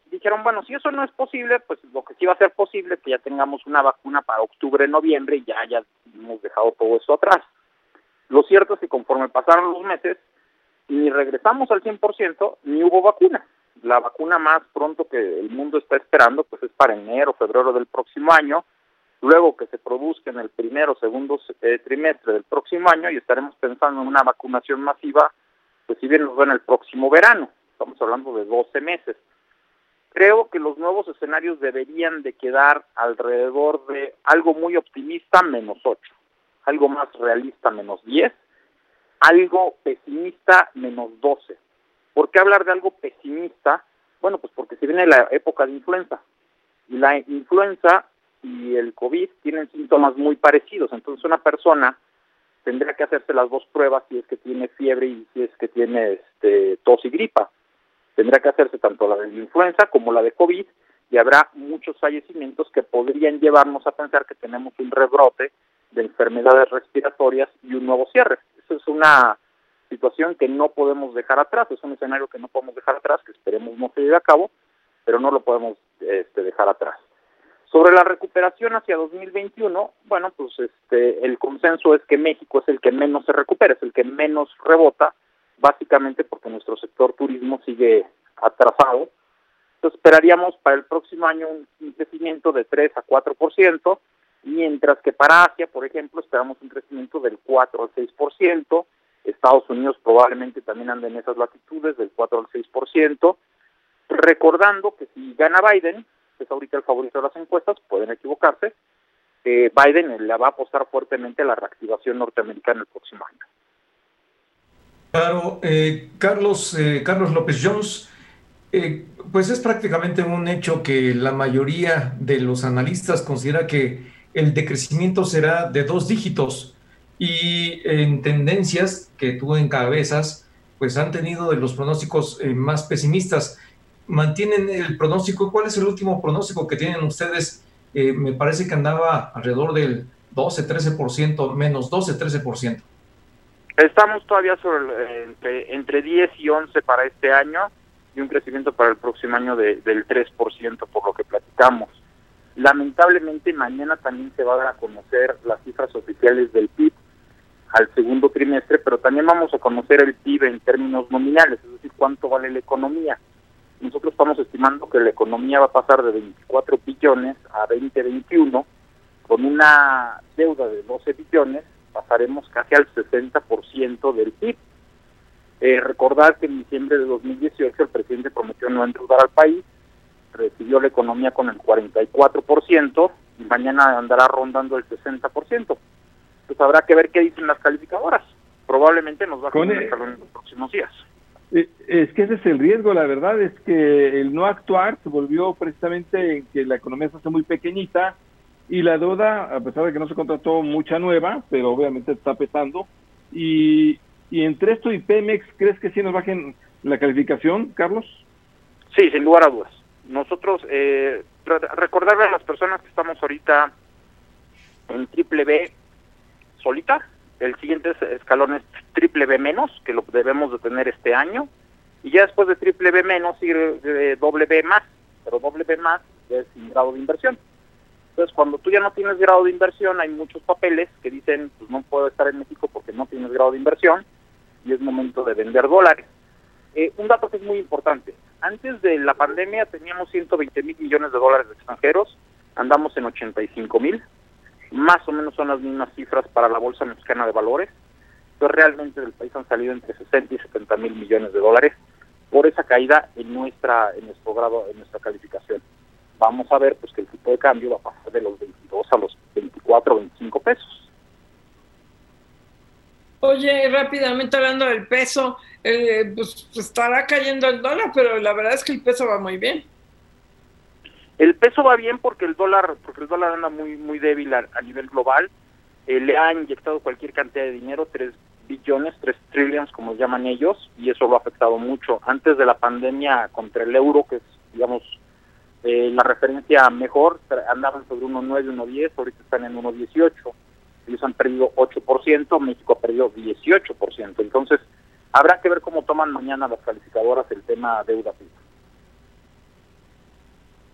dijeron, bueno, si eso no es posible, pues lo que sí va a ser posible es que ya tengamos una vacuna para octubre, noviembre, y ya hemos dejado todo eso atrás. Lo cierto es que conforme pasaron los meses, ni regresamos al 100%, ni hubo vacuna. La vacuna más pronto que el mundo está esperando, pues es para enero, febrero del próximo año, luego que se produzca en el primero o segundo trimestre del próximo año, y estaremos pensando en una vacunación masiva, pues si bien nos va en el próximo verano, estamos hablando de 12 meses. Creo que los nuevos escenarios deberían de quedar alrededor de algo muy optimista, -8, algo más realista, -10, algo pesimista, -12. ¿Por qué hablar de algo pesimista? Bueno, pues porque se viene la época de influenza, y la influenza y el COVID tienen síntomas muy parecidos, entonces una persona tendría que hacerse las dos pruebas si es que tiene fiebre y si es que tiene tos y gripa. Tendrá que hacerse tanto la de influenza como la de COVID, y habrá muchos fallecimientos que podrían llevarnos a pensar que tenemos un rebrote de enfermedades respiratorias y un nuevo cierre. Esa es una situación que no podemos dejar atrás, es un escenario que no podemos dejar atrás, que esperemos no se lleve a cabo, pero no lo podemos dejar atrás. Sobre la recuperación hacia 2021, bueno, pues el consenso es que México es el que menos se recupera, es el que menos rebota, básicamente porque nuestro sector turismo sigue atrasado. Entonces esperaríamos para el próximo año un crecimiento de 3 a 4%, mientras que para Asia, por ejemplo, esperamos un crecimiento del 4 al 6%, Estados Unidos probablemente también anda en esas latitudes, del 4 al 6%, recordando que si gana Biden, que es ahorita el favorito de las encuestas, pueden equivocarse, Biden le va a apostar fuertemente a la reactivación norteamericana el próximo año. Claro, Carlos López Jones, pues es prácticamente un hecho que la mayoría de los analistas considera que el decrecimiento será de 2 dígitos, y en tendencias que tú encabezas, pues han tenido de los pronósticos más pesimistas. ¿Mantienen el pronóstico? ¿Cuál es el último pronóstico que tienen ustedes? Me parece que andaba alrededor del 12-13%, menos 12-13%. Estamos todavía sobre entre 10 y 11 para este año, y un crecimiento para el próximo año del 3%, por lo que platicamos. Lamentablemente mañana también se va a dar a conocer las cifras oficiales del PIB al segundo trimestre, pero también vamos a conocer el PIB en términos nominales, es decir, cuánto vale la economía. Nosotros estamos estimando que la economía va a pasar de 24 billones a 2021, con una deuda de 12 billones, pasaremos casi al 60% del PIB. Recordar que en diciembre de 2018 el presidente prometió no endeudar al país, recibió la economía con el 44%, y mañana andará rondando el 60%. Pues habrá que ver qué dicen las calificadoras. Probablemente nos va a cambiar en los próximos días. Es que ese es el riesgo, la verdad es que el no actuar se volvió precisamente en que la economía se hace muy pequeñita, y la deuda, a pesar de que no se contrató mucha nueva, pero obviamente está pesando, y entre esto y Pemex, ¿crees que sí nos bajen la calificación, Carlos? Sí, sin lugar a dudas. Nosotros, recordarle a las personas que estamos ahorita en triple B solita, el siguiente escalón es triple B menos, que lo debemos de tener este año, y ya después de triple B menos sigue doble B más, pero doble B más es sin grado de inversión. Entonces, cuando tú ya no tienes grado de inversión, hay muchos papeles que dicen, pues no puedo estar en México porque no tienes grado de inversión, y es momento de vender dólares. Un dato que es muy importante: antes de la pandemia teníamos 120,000 millones de dólares de extranjeros, andamos en 85,000, más o menos son las mismas cifras para la Bolsa Mexicana de Valores. Entonces realmente del país han salido entre 60 y 70,000 millones de dólares por esa caída en nuestra calificación. Vamos a ver pues que el tipo de cambio va a pasar de los 22 a los 24 o 25 pesos. Oye, rápidamente hablando del peso, pues estará cayendo el dólar, pero la verdad es que el peso va muy bien. El peso va bien porque el dólar anda muy débil a nivel global. Le ha inyectado cualquier cantidad de dinero, 3 billones, 3 trillions como llaman ellos, y eso lo ha afectado mucho. Antes de la pandemia, contra el euro, que es, digamos, la referencia mejor, andaban sobre 1.9, 1.10, ahorita están en 1.18. Ellos han perdido 8%, México ha perdido 18%. Entonces, habrá que ver cómo toman mañana las calificadoras el tema deuda fija.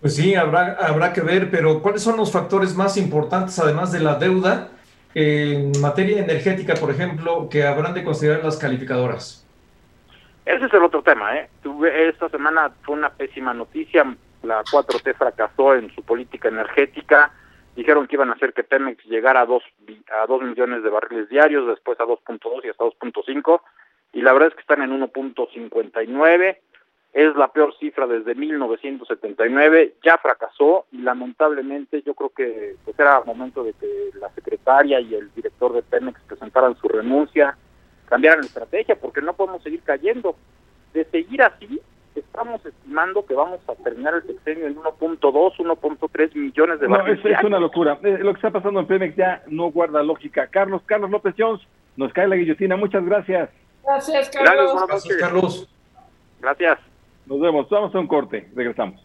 Pues sí, habrá que ver, pero ¿cuáles son los factores más importantes, además de la deuda, en materia energética, por ejemplo, que habrán de considerar las calificadoras? Ese es el otro tema, ¿eh? Esta semana fue una pésima noticia. La 4T fracasó en su política energética. Dijeron que iban a hacer que Pemex llegara a 2 millones de barriles diarios, después a 2.2 y hasta 2.5, y la verdad es que están en 1.59. Es la peor cifra desde 1979. Ya fracasó y lamentablemente yo creo que pues era momento de que la secretaria y el director de Pemex presentaran su renuncia, cambiaran la estrategia, porque no podemos seguir cayendo. De seguir así, estamos estimando que vamos a terminar el sexenio en 1.2, 1.3 millones de barriles. No, es una locura. Lo que está pasando en Pemex ya no guarda lógica. Carlos López Jones, nos cae la guillotina. Muchas gracias. Gracias, Carlos. Gracias, Carlos. Gracias. Nos vemos. Vamos a un corte. Regresamos.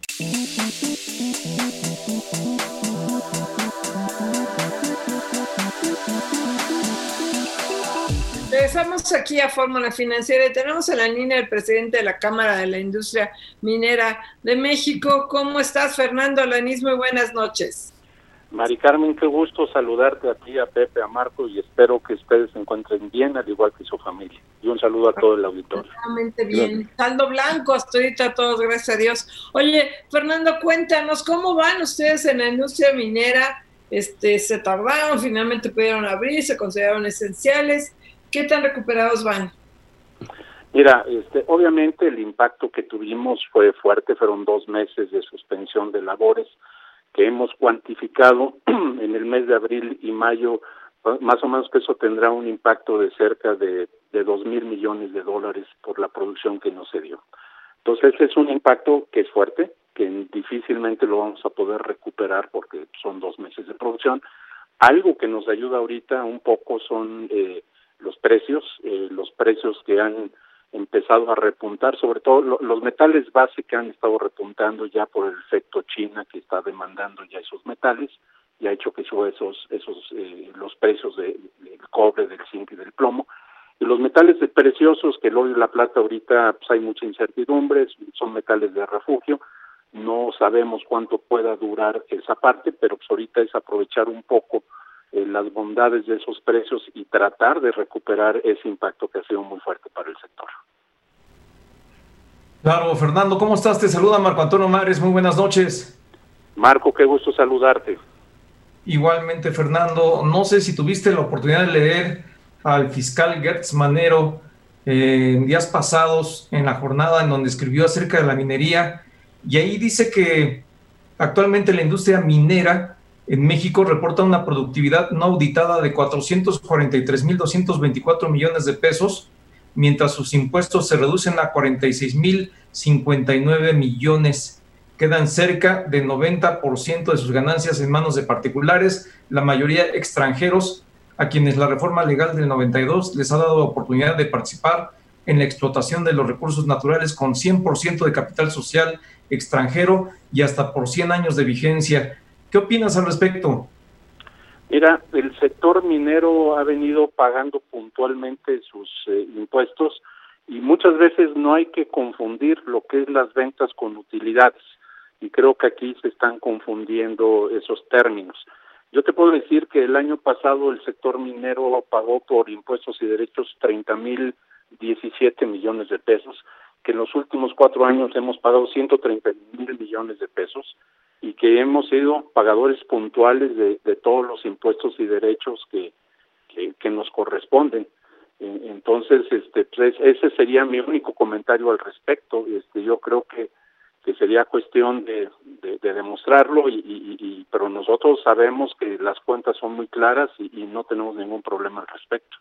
Regresamos aquí a Fórmula Financiera y tenemos en la línea el presidente de la Cámara de la Industria Minera de México. ¿Cómo estás, Fernando Alanís? Muy buenas noches. Mari Carmen, qué gusto saludarte a ti, a Pepe, a Marco, y espero que ustedes se encuentren bien, al igual que su familia. Y un saludo a todo el auditorio. Realmente bien. Saldo blanco hasta ahorita todos, gracias a Dios. Oye, Fernando, cuéntanos, ¿cómo van ustedes en la industria minera? Se tardaron, finalmente pudieron abrir, se consideraron esenciales. ¿Qué tan recuperados van? Mira, obviamente el impacto que tuvimos fue fuerte, fueron 2 meses de suspensión de labores que hemos cuantificado en el mes de abril y mayo, más o menos que eso tendrá un impacto de cerca de 2,000 millones de dólares por la producción que no se dio. Entonces es un impacto que es fuerte, que difícilmente lo vamos a poder recuperar porque son 2 meses de producción. Algo que nos ayuda ahorita un poco son los precios que han empezado a repuntar, sobre todo los metales base que han estado repuntando ya por el efecto China que está demandando ya esos metales y ha hecho que suba los precios del cobre, del zinc y del plomo. Y los metales preciosos, que el oro y la plata ahorita pues hay mucha incertidumbre, son metales de refugio, no sabemos cuánto pueda durar esa parte, pero pues ahorita es aprovechar un poco las bondades de esos precios y tratar de recuperar ese impacto que ha sido muy fuerte para el sector. Claro, Fernando, ¿cómo estás? Te saluda Marco Antonio Mares, muy buenas noches. Marco, qué gusto saludarte. Igualmente, Fernando, no sé si tuviste la oportunidad de leer al fiscal Gertz Manero en días pasados en la jornada en donde escribió acerca de la minería, y ahí dice que actualmente la industria minera en México reporta una productividad no auditada de 443,224 millones de pesos, mientras sus impuestos se reducen a 46,059 millones. Quedan cerca de 90% de sus ganancias en manos de particulares, la mayoría extranjeros, a quienes la reforma legal del 92 les ha dado oportunidad de participar en la explotación de los recursos naturales con 100% de capital social extranjero y hasta por 100 años de vigencia. ¿Qué opinas al respecto? Mira, el sector minero ha venido pagando puntualmente sus impuestos y muchas veces no hay que confundir lo que es las ventas con utilidades, y creo que aquí se están confundiendo esos términos. Yo te puedo decir que el año pasado el sector minero pagó por impuestos y derechos 30,017 millones de pesos, que en los últimos 4 años hemos pagado 130,000 millones de pesos, y que hemos sido pagadores puntuales de todos los impuestos y derechos que nos corresponden. Entonces, pues ese sería mi único comentario al respecto. Yo creo que sería cuestión de demostrarlo, pero nosotros sabemos que las cuentas son muy claras y no tenemos ningún problema al respecto.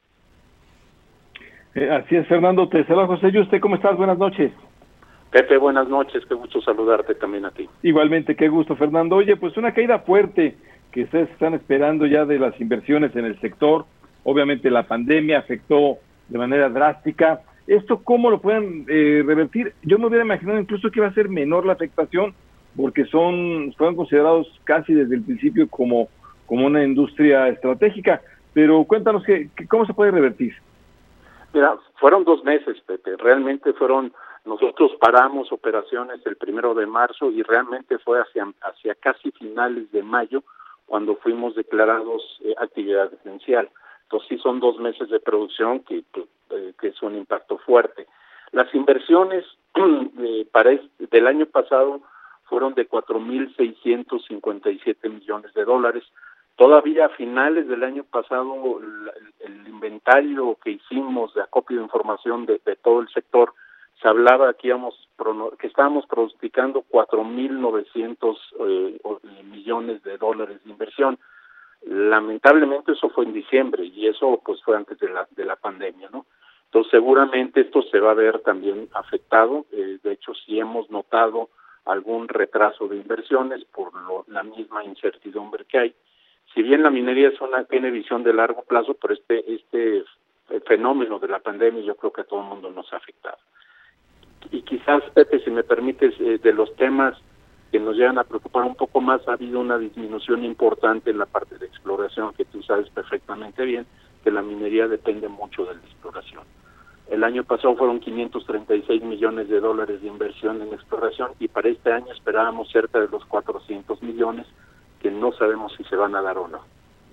Así es, Fernando. Te saluda José Yuste. ¿Cómo estás? Buenas noches. Pepe, buenas noches, qué gusto saludarte también a ti. Igualmente, qué gusto, Fernando. Oye, pues una caída fuerte que ustedes están esperando ya de las inversiones en el sector. Obviamente la pandemia afectó de manera drástica. ¿Esto cómo lo pueden revertir? Yo me hubiera imaginado incluso que iba a ser menor la afectación, porque fueron considerados casi desde el principio como una industria estratégica. Pero cuéntanos ¿cómo se puede revertir? Mira, fueron 2 meses, Pepe, realmente fueron Nosotros paramos operaciones el 1 de marzo y realmente fue hacia casi finales de mayo cuando fuimos declarados actividad esencial. Entonces sí son 2 meses de producción que es un impacto fuerte. Las inversiones del año pasado fueron de 4.657 millones de dólares. Todavía a finales del año pasado el inventario que hicimos de acopio de información de todo el sector, se hablaba que estábamos pronosticando 4.900 millones de dólares de inversión. Lamentablemente eso fue en diciembre y eso pues fue antes de la pandemia, ¿no? Entonces seguramente esto se va a ver también afectado. De hecho sí hemos notado algún retraso de inversiones por la misma incertidumbre que hay. Si bien la minería tiene visión de largo plazo, pero este fenómeno de la pandemia yo creo que a todo el mundo nos ha afectado. Y quizás, Pepe, si me permites, de los temas que nos llegan a preocupar un poco más, ha habido una disminución importante en la parte de exploración, que tú sabes perfectamente bien, que la minería depende mucho de la exploración. El año pasado fueron 536 millones de dólares de inversión en exploración y para este año esperábamos cerca de los 400 millones, que no sabemos si se van a dar o no.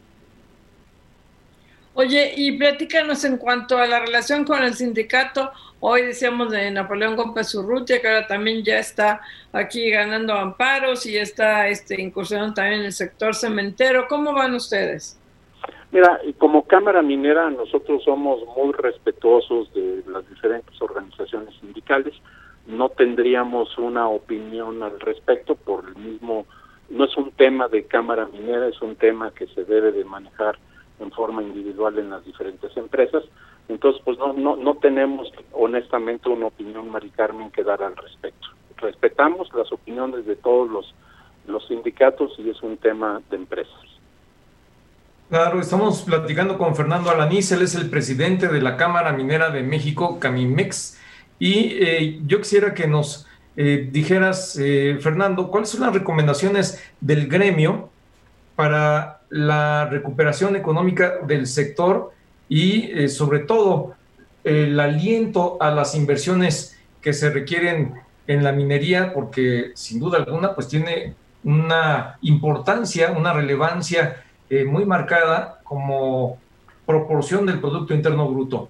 Oye, y platícanos en cuanto a la relación con el sindicato. Hoy decíamos de Napoleón Gómez Urrutia, que ahora también ya está aquí ganando amparos y está incursionando también en el sector cementero. ¿Cómo van ustedes? Mira, como Cámara Minera nosotros somos muy respetuosos de las diferentes organizaciones sindicales. No tendríamos una opinión al respecto por el mismo. No es un tema de Cámara Minera, es un tema que se debe de manejar en forma individual en las diferentes empresas. Entonces, pues no tenemos honestamente una opinión, Mari Carmen, que dar al respecto. Respetamos las opiniones de todos los sindicatos y es un tema de empresas. Claro, estamos platicando con Fernando Alanís, él es el presidente de la Cámara Minera de México, Camimex, y yo quisiera que nos dijeras, Fernando, ¿cuáles son las recomendaciones del gremio para la recuperación económica del sector y sobre todo el aliento a las inversiones que se requieren en la minería, porque sin duda alguna pues tiene una importancia, una relevancia muy marcada como proporción del Producto Interno Bruto?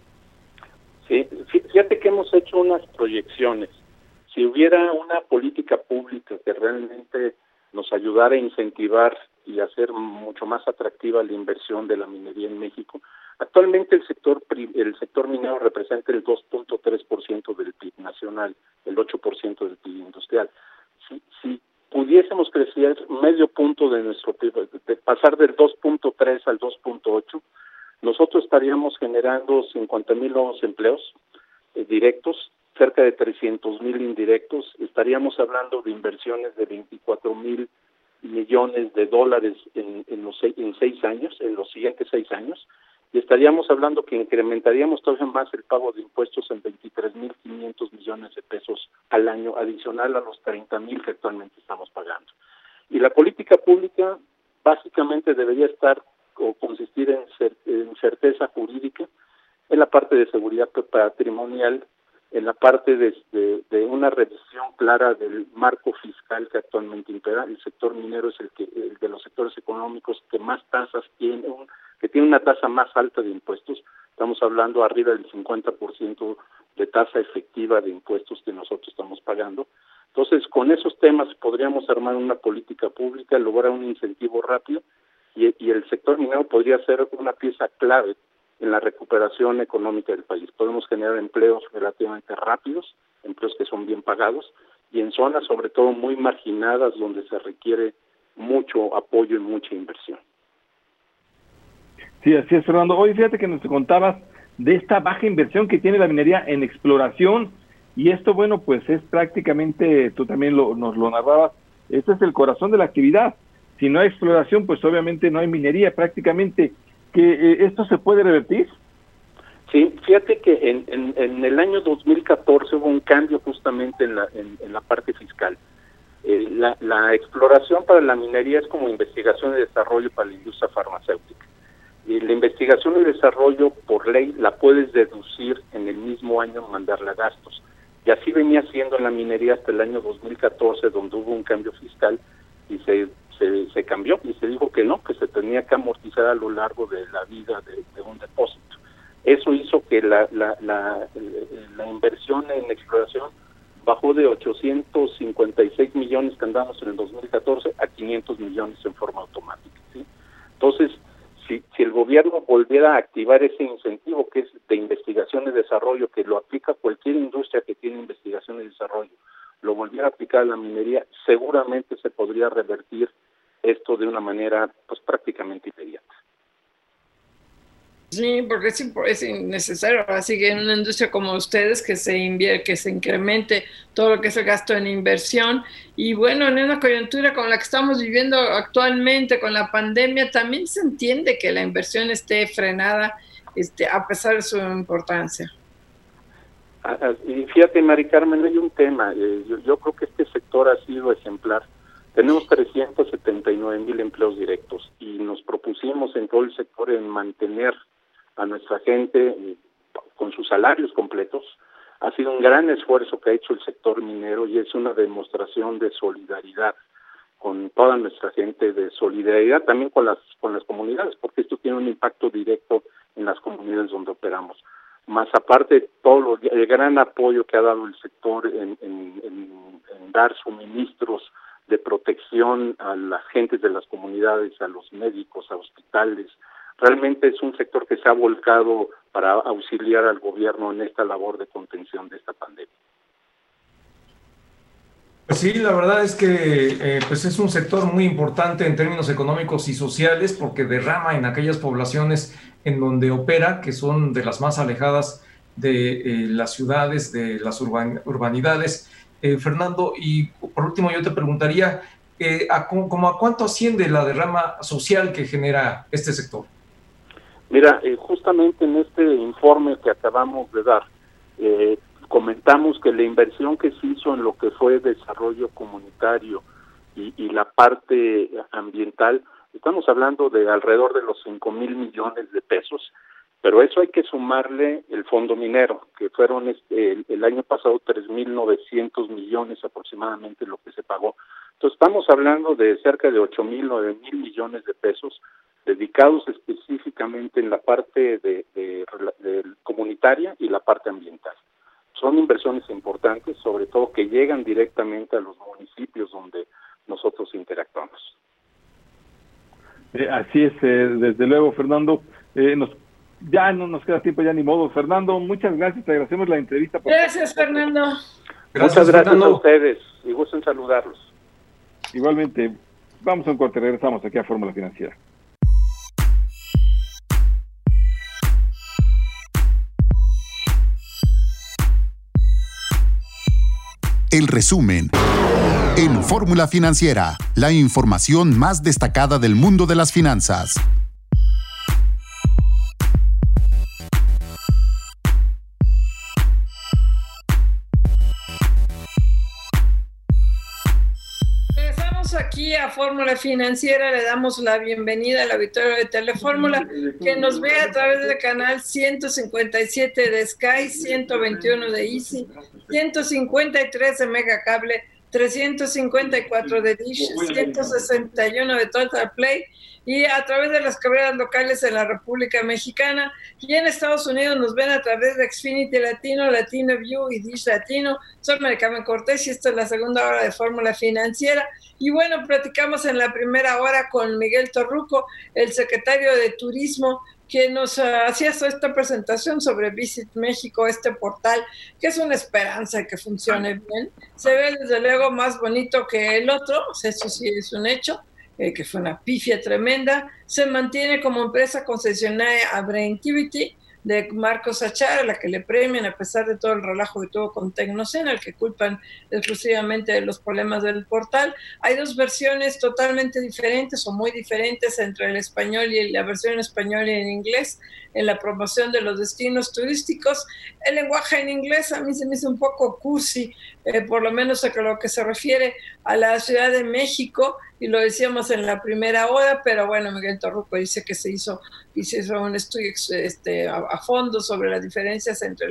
Sí, fíjate que hemos hecho unas proyecciones. Si hubiera una política pública que realmente nos ayudara a incentivar y hacer mucho más atractiva la inversión de la minería en México, actualmente el sector minero representa el 2.3% del PIB nacional, el 8% del PIB industrial. Si pudiésemos crecer medio punto de nuestro PIB, de pasar del 2.3 al 2.8, nosotros estaríamos generando 50,000 nuevos empleos directos, cerca de 300,000 indirectos. Estaríamos hablando de inversiones de 24,000 millones de dólares en los siguientes 6 años, y estaríamos hablando que incrementaríamos todavía más el pago de impuestos en 23,500 millones de pesos al año, adicional a los 30,000 que actualmente estamos pagando. Y la política pública básicamente debería estar o consistir en certeza jurídica, en la parte de seguridad patrimonial, en la parte de una revisión clara del marco fiscal que actualmente impera. El sector minero es el de los sectores económicos que más tasas tiene, que tiene una tasa más alta de impuestos. Estamos hablando arriba del 50% de tasa efectiva de impuestos que nosotros estamos pagando. Entonces, con esos temas podríamos armar una política pública, lograr un incentivo rápido y el sector minero podría ser una pieza clave en la recuperación económica del país. Podemos generar empleos relativamente rápidos, empleos que son bien pagados, y en zonas sobre todo muy marginadas donde se requiere mucho apoyo y mucha inversión. Sí, así es, Fernando. Hoy fíjate que nos contabas de esta baja inversión que tiene la minería en exploración, y esto, bueno, pues es prácticamente, tú también nos lo narrabas, este es el corazón de la actividad. Si no hay exploración, pues obviamente no hay minería prácticamente. ¿Que esto se puede revertir? Sí, fíjate que en el año 2014 hubo un cambio justamente en la parte fiscal. La exploración para la minería es como investigación y desarrollo para la industria farmacéutica. Y la investigación y desarrollo, por ley, la puedes deducir en el mismo año, mandarla a gastos. Y así venía siendo en la minería hasta el año 2014, donde hubo un cambio fiscal y se cambió y se dijo que no, que se tenía que amortizar a lo largo de la vida de un depósito. Eso hizo que la inversión en exploración bajó de 856 millones que andamos en el 2014 a 500 millones en forma automática, ¿sí? Entonces, si el gobierno volviera a activar ese incentivo que es de investigación y desarrollo, que lo aplica cualquier industria que tiene investigación y desarrollo, lo volviera a aplicar a la minería, seguramente se podría revertir esto de una manera pues prácticamente inmediata. Sí, porque es innecesario. Así que en una industria como ustedes que se incremente todo lo que es el gasto en inversión. Y bueno, en una coyuntura como la que estamos viviendo actualmente con la pandemia, también se entiende que la inversión esté frenada, a pesar de su importancia. Y fíjate, Mari Carmen, hay un tema. Yo creo que este sector ha sido ejemplar. Tenemos 379,000 empleos directos y nos propusimos en todo el sector en mantener a nuestra gente con sus salarios completos. Ha sido un gran esfuerzo que ha hecho el sector minero y es una demostración de solidaridad con toda nuestra gente, de solidaridad también con las comunidades, porque esto tiene un impacto directo en las comunidades donde operamos. Más aparte, todo el gran apoyo que ha dado el sector en dar suministros de protección a las gentes de las comunidades, a los médicos, a hospitales. Realmente es un sector que se ha volcado para auxiliar al gobierno en esta labor de contención de esta pandemia. Pues sí, la verdad es que pues es un sector muy importante en términos económicos y sociales porque derrama en aquellas poblaciones en donde opera, que son de las más alejadas de las ciudades, de las urbanidades. Fernando, y por último yo te preguntaría, ¿a cuánto asciende la derrama social que genera este sector? Mira, justamente en este informe que acabamos de dar, comentamos que la inversión que se hizo en lo que fue desarrollo comunitario y la parte ambiental, estamos hablando de alrededor de los 5,000 millones de pesos, pero eso hay que sumarle el fondo minero, que fueron el año pasado 3,900 millones aproximadamente lo que se pagó. Entonces estamos hablando de cerca de 8,000, 9,000 millones de pesos dedicados específicamente en la parte de comunitaria y la parte ambiental. Son inversiones importantes, sobre todo que llegan directamente a los municipios donde nosotros interactuamos. Así es, desde luego, Fernando. Ya no nos queda tiempo, ya ni modo. Fernando, muchas gracias, te agradecemos la entrevista. Gracias, Fernando. Muchas gracias a ustedes y gusto en saludarlos. Igualmente, vamos a un corte, regresamos aquí a Fórmula Financiera. El resumen en Fórmula Financiera, la información más destacada del mundo de las finanzas. Aquí a Fórmula Financiera le damos la bienvenida al auditorio de Telefórmula que nos ve a través del canal 157 de Sky, 121 de Easy, 153 de Megacable, 354 de Dish, 161 de Total Play y a través de las cableras locales en la República Mexicana, y en Estados Unidos nos ven a través de Xfinity Latino, Latino View y Dish Latino. Soy Mari Carmen Cortés y esta es la segunda hora de Fórmula Financiera. Y bueno, platicamos en la primera hora con Miguel Torruco, el secretario de Turismo, que nos hacía esta presentación sobre Visit México, este portal, que es una esperanza que funcione bien. Se ve desde luego más bonito que el otro, eso sí es un hecho, que fue una pifia tremenda. Se mantiene como empresa concesionaria a Braintivity de Marcos Achar, a la que le premian a pesar de todo el relajo que tuvo con Tecnocena, al que culpan exclusivamente de los problemas del portal. Hay dos versiones totalmente diferentes o muy diferentes entre el español y la versión en español y en inglés en la promoción de los destinos turísticos. El lenguaje en inglés a mí se me hizo un poco cursi, por lo menos a lo que se refiere a la Ciudad de México, y lo decíamos en la primera hora, pero bueno, Miguel Torruco dice que se hizo un estudio a fondo sobre las diferencias entre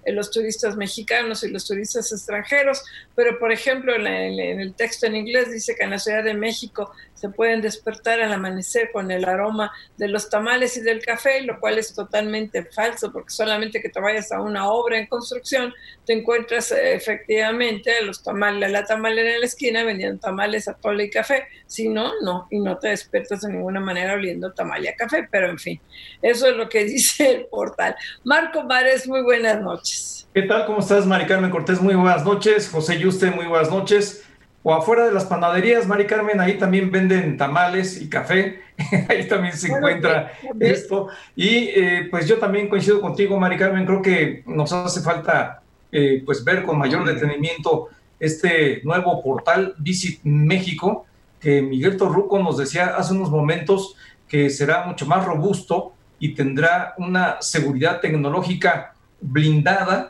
los turistas mexicanos y los turistas extranjeros, pero por ejemplo en el texto en inglés dice que en la Ciudad de México se pueden despertar al amanecer con el aroma de los tamales y del café, lo cual es totalmente falso, porque solamente que te vayas a una obra en construcción te encuentras efectivamente la tamalera en la esquina vendiendo tamales, atole y café. Si no, no, y no te despiertas de ninguna manera oliendo tamal y a café, pero en fin, eso es lo que dice el portal. Marco Mares, muy buenas noches. ¿Qué tal? ¿Cómo estás, Mari Carmen Cortés? Muy buenas noches. José Yuste, muy buenas noches. O afuera de las panaderías, Mari Carmen, ahí también venden tamales y café, ahí también se encuentra esto. Y pues yo también coincido contigo, Mari Carmen, creo que nos hace falta pues ver con mayor detenimiento este nuevo portal Visit México, que Miguel Torruco nos decía hace unos momentos que será mucho más robusto y tendrá una seguridad tecnológica blindada.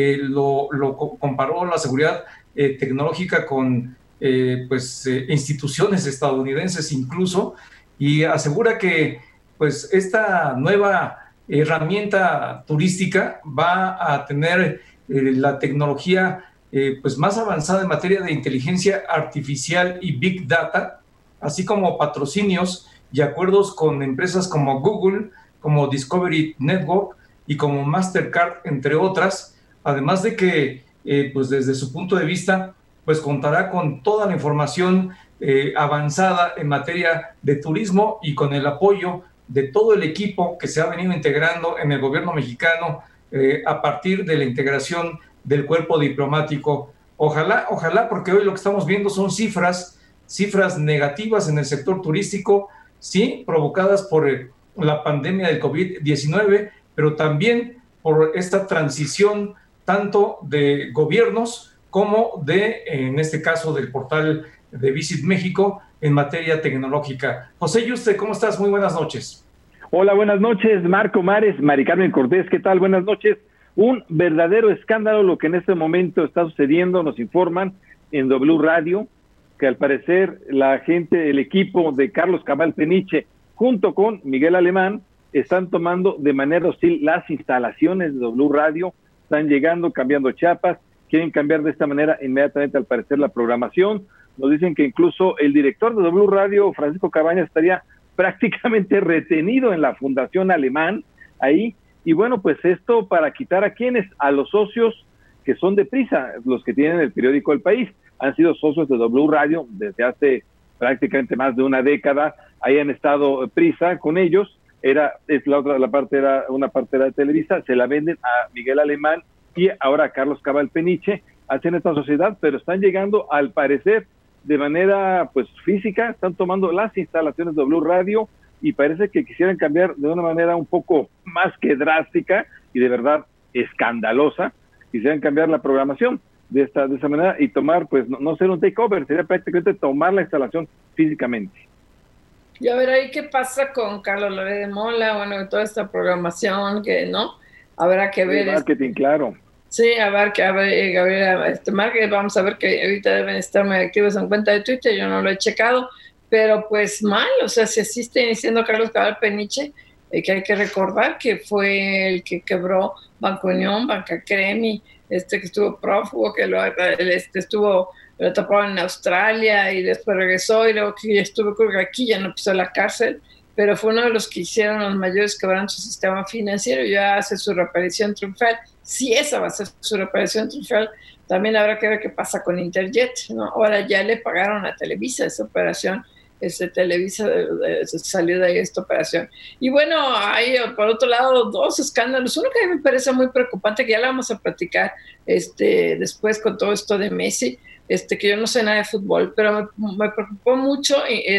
Lo comparó la seguridad tecnológica con instituciones estadounidenses incluso, y asegura que pues esta nueva herramienta turística va a tener la tecnología pues más avanzada en materia de inteligencia artificial y Big Data, así como patrocinios y acuerdos con empresas como Google, como Discovery Network y como Mastercard, entre otras, además de que pues desde su punto de vista pues contará con toda la información avanzada en materia de turismo y con el apoyo de todo el equipo que se ha venido integrando en el gobierno mexicano a partir de la integración del cuerpo diplomático. Ojalá, porque hoy lo que estamos viendo son cifras negativas en el sector turístico, sí, provocadas por la pandemia del COVID-19, pero también por esta transición tanto de gobiernos como en este caso, del portal de Visit México en materia tecnológica. José Yuste, ¿cómo estás? Muy buenas noches. Hola, buenas noches, Marco Mares, Mari Carmen Cortés, ¿qué tal? Buenas noches. Un verdadero escándalo lo que en este momento está sucediendo, nos informan en W Radio, que al parecer el equipo de Carlos Cabal Peniche, junto con Miguel Alemán, están tomando de manera hostil las instalaciones de W Radio, están llegando, cambiando chapas, quieren cambiar de esta manera inmediatamente, al parecer, la programación. Nos dicen que incluso el director de W Radio, Francisco Cabañas, estaría prácticamente retenido en la Fundación Alemán, ahí. Y bueno, pues esto para quitar a quienes, a los socios que son de Prisa, los que tienen el periódico El País, han sido socios de W Radio desde hace prácticamente más de una década, ahí han estado Prisa con ellos, una parte era de Televisa, se la venden a Miguel Alemán y ahora a Carlos Cabal Peniche, hacen esta sociedad, pero están llegando al parecer de manera pues física, están tomando las instalaciones de W Radio y parece que quisieran cambiar de una manera un poco más que drástica y de verdad escandalosa, quisieran cambiar la programación de esa manera y tomar, pues no ser un takeover, sería prácticamente tomar la instalación físicamente. Y a ver ahí qué pasa con Carlos Loret de Mola, bueno, toda esta programación que no, habrá que ver. Marketing, claro. Sí, Gabriela, vamos a ver que ahorita deben estar muy activos en cuenta de Twitter, yo no lo he checado, pero pues mal, o sea, si así está iniciando Carlos Cabal Peniche, que hay que recordar que fue el que quebró Banco Unión, Banca Cremi, que estuvo prófugo, que lo taparon en Australia y después regresó y luego que estuvo, creo que aquí ya no pisó la cárcel, pero fue uno de los que hicieron los mayores quebrantos su sistema financiero y ya hace su reaparición triunfal. Si esa va a ser su reaparición triunfal, también habrá que ver qué pasa con Interjet, ¿no? Ahora ya le pagaron a Televisa esa operación, Televisa salió de ahí esta operación. Y bueno, hay por otro lado dos escándalos, uno que a mí me parece muy preocupante, que ya la vamos a platicar después con todo esto de Messi, que yo no sé nada de fútbol, pero me preocupó mucho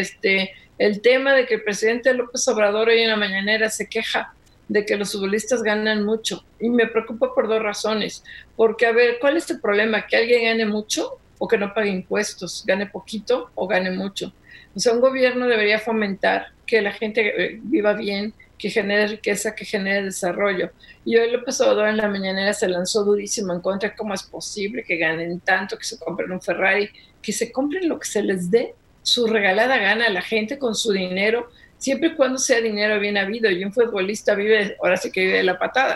el tema de que el presidente López Obrador hoy en la mañanera se queja de que los futbolistas ganan mucho, y me preocupa por dos razones, porque a ver, ¿cuál es el problema? ¿Que alguien gane mucho o que no pague impuestos? ¿Gane poquito o gane mucho? O sea, un gobierno debería fomentar que la gente viva bien, que genere riqueza, que genere desarrollo. Y hoy López Obrador en la mañanera se lanzó durísimo en contra de cómo es posible que ganen tanto, que se compren un Ferrari, que se compren lo que se les dé su regalada gana a la gente con su dinero, siempre y cuando sea dinero bien habido. Y un futbolista ahora sí que vive de la patada.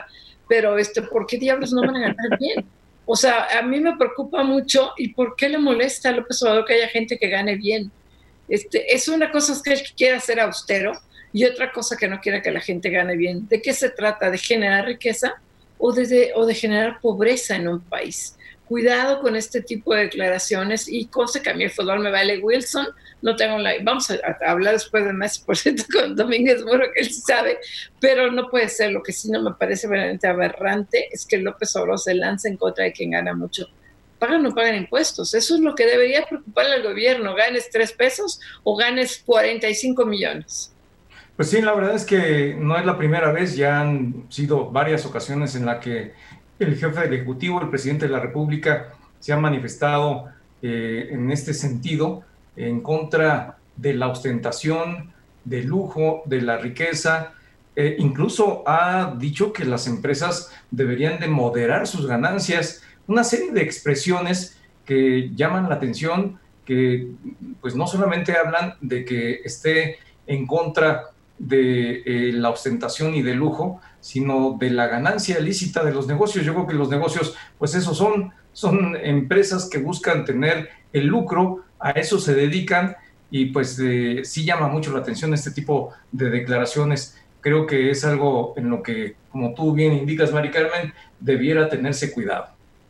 pero ¿por qué diablos no van a ganar bien? O sea, a mí me preocupa mucho, ¿y por qué le molesta a López Obrador que haya gente que gane bien? Es una cosa que él quiera ser austero y otra cosa que no quiera que la gente gane bien. ¿De qué se trata? ¿De generar riqueza o de generar pobreza en un país? Cuidado con este tipo de declaraciones, y cosa que a mí el fútbol me vale Wilson, no tengo vamos a hablar después de Messi, por cierto, con Domínguez Muro, que él sí sabe, pero no puede ser. Lo que sí no me parece verdaderamente aberrante es que López Obrador se lance en contra de quien gana mucho. ¿Pagan o no pagan impuestos? Eso es lo que debería preocuparle al gobierno, ganes 3 pesos o ganes 45 millones. Pues sí, la verdad es que no es la primera vez, ya han sido varias ocasiones en la que el jefe del Ejecutivo, el presidente de la República, se ha manifestado en este sentido, en contra de la ostentación, del lujo, de la riqueza. Incluso ha dicho que las empresas deberían de moderar sus ganancias. Una serie de expresiones que llaman la atención, que pues no solamente hablan de que esté en contra de la ostentación y del lujo, sino de la ganancia ilícita de los negocios. Yo creo que los negocios, pues eso son empresas que buscan tener el lucro, a eso se dedican, y pues sí llama mucho la atención este tipo de declaraciones. Creo que es algo en lo que, como tú bien indicas, Mari Carmen, debiera tenerse cuidado.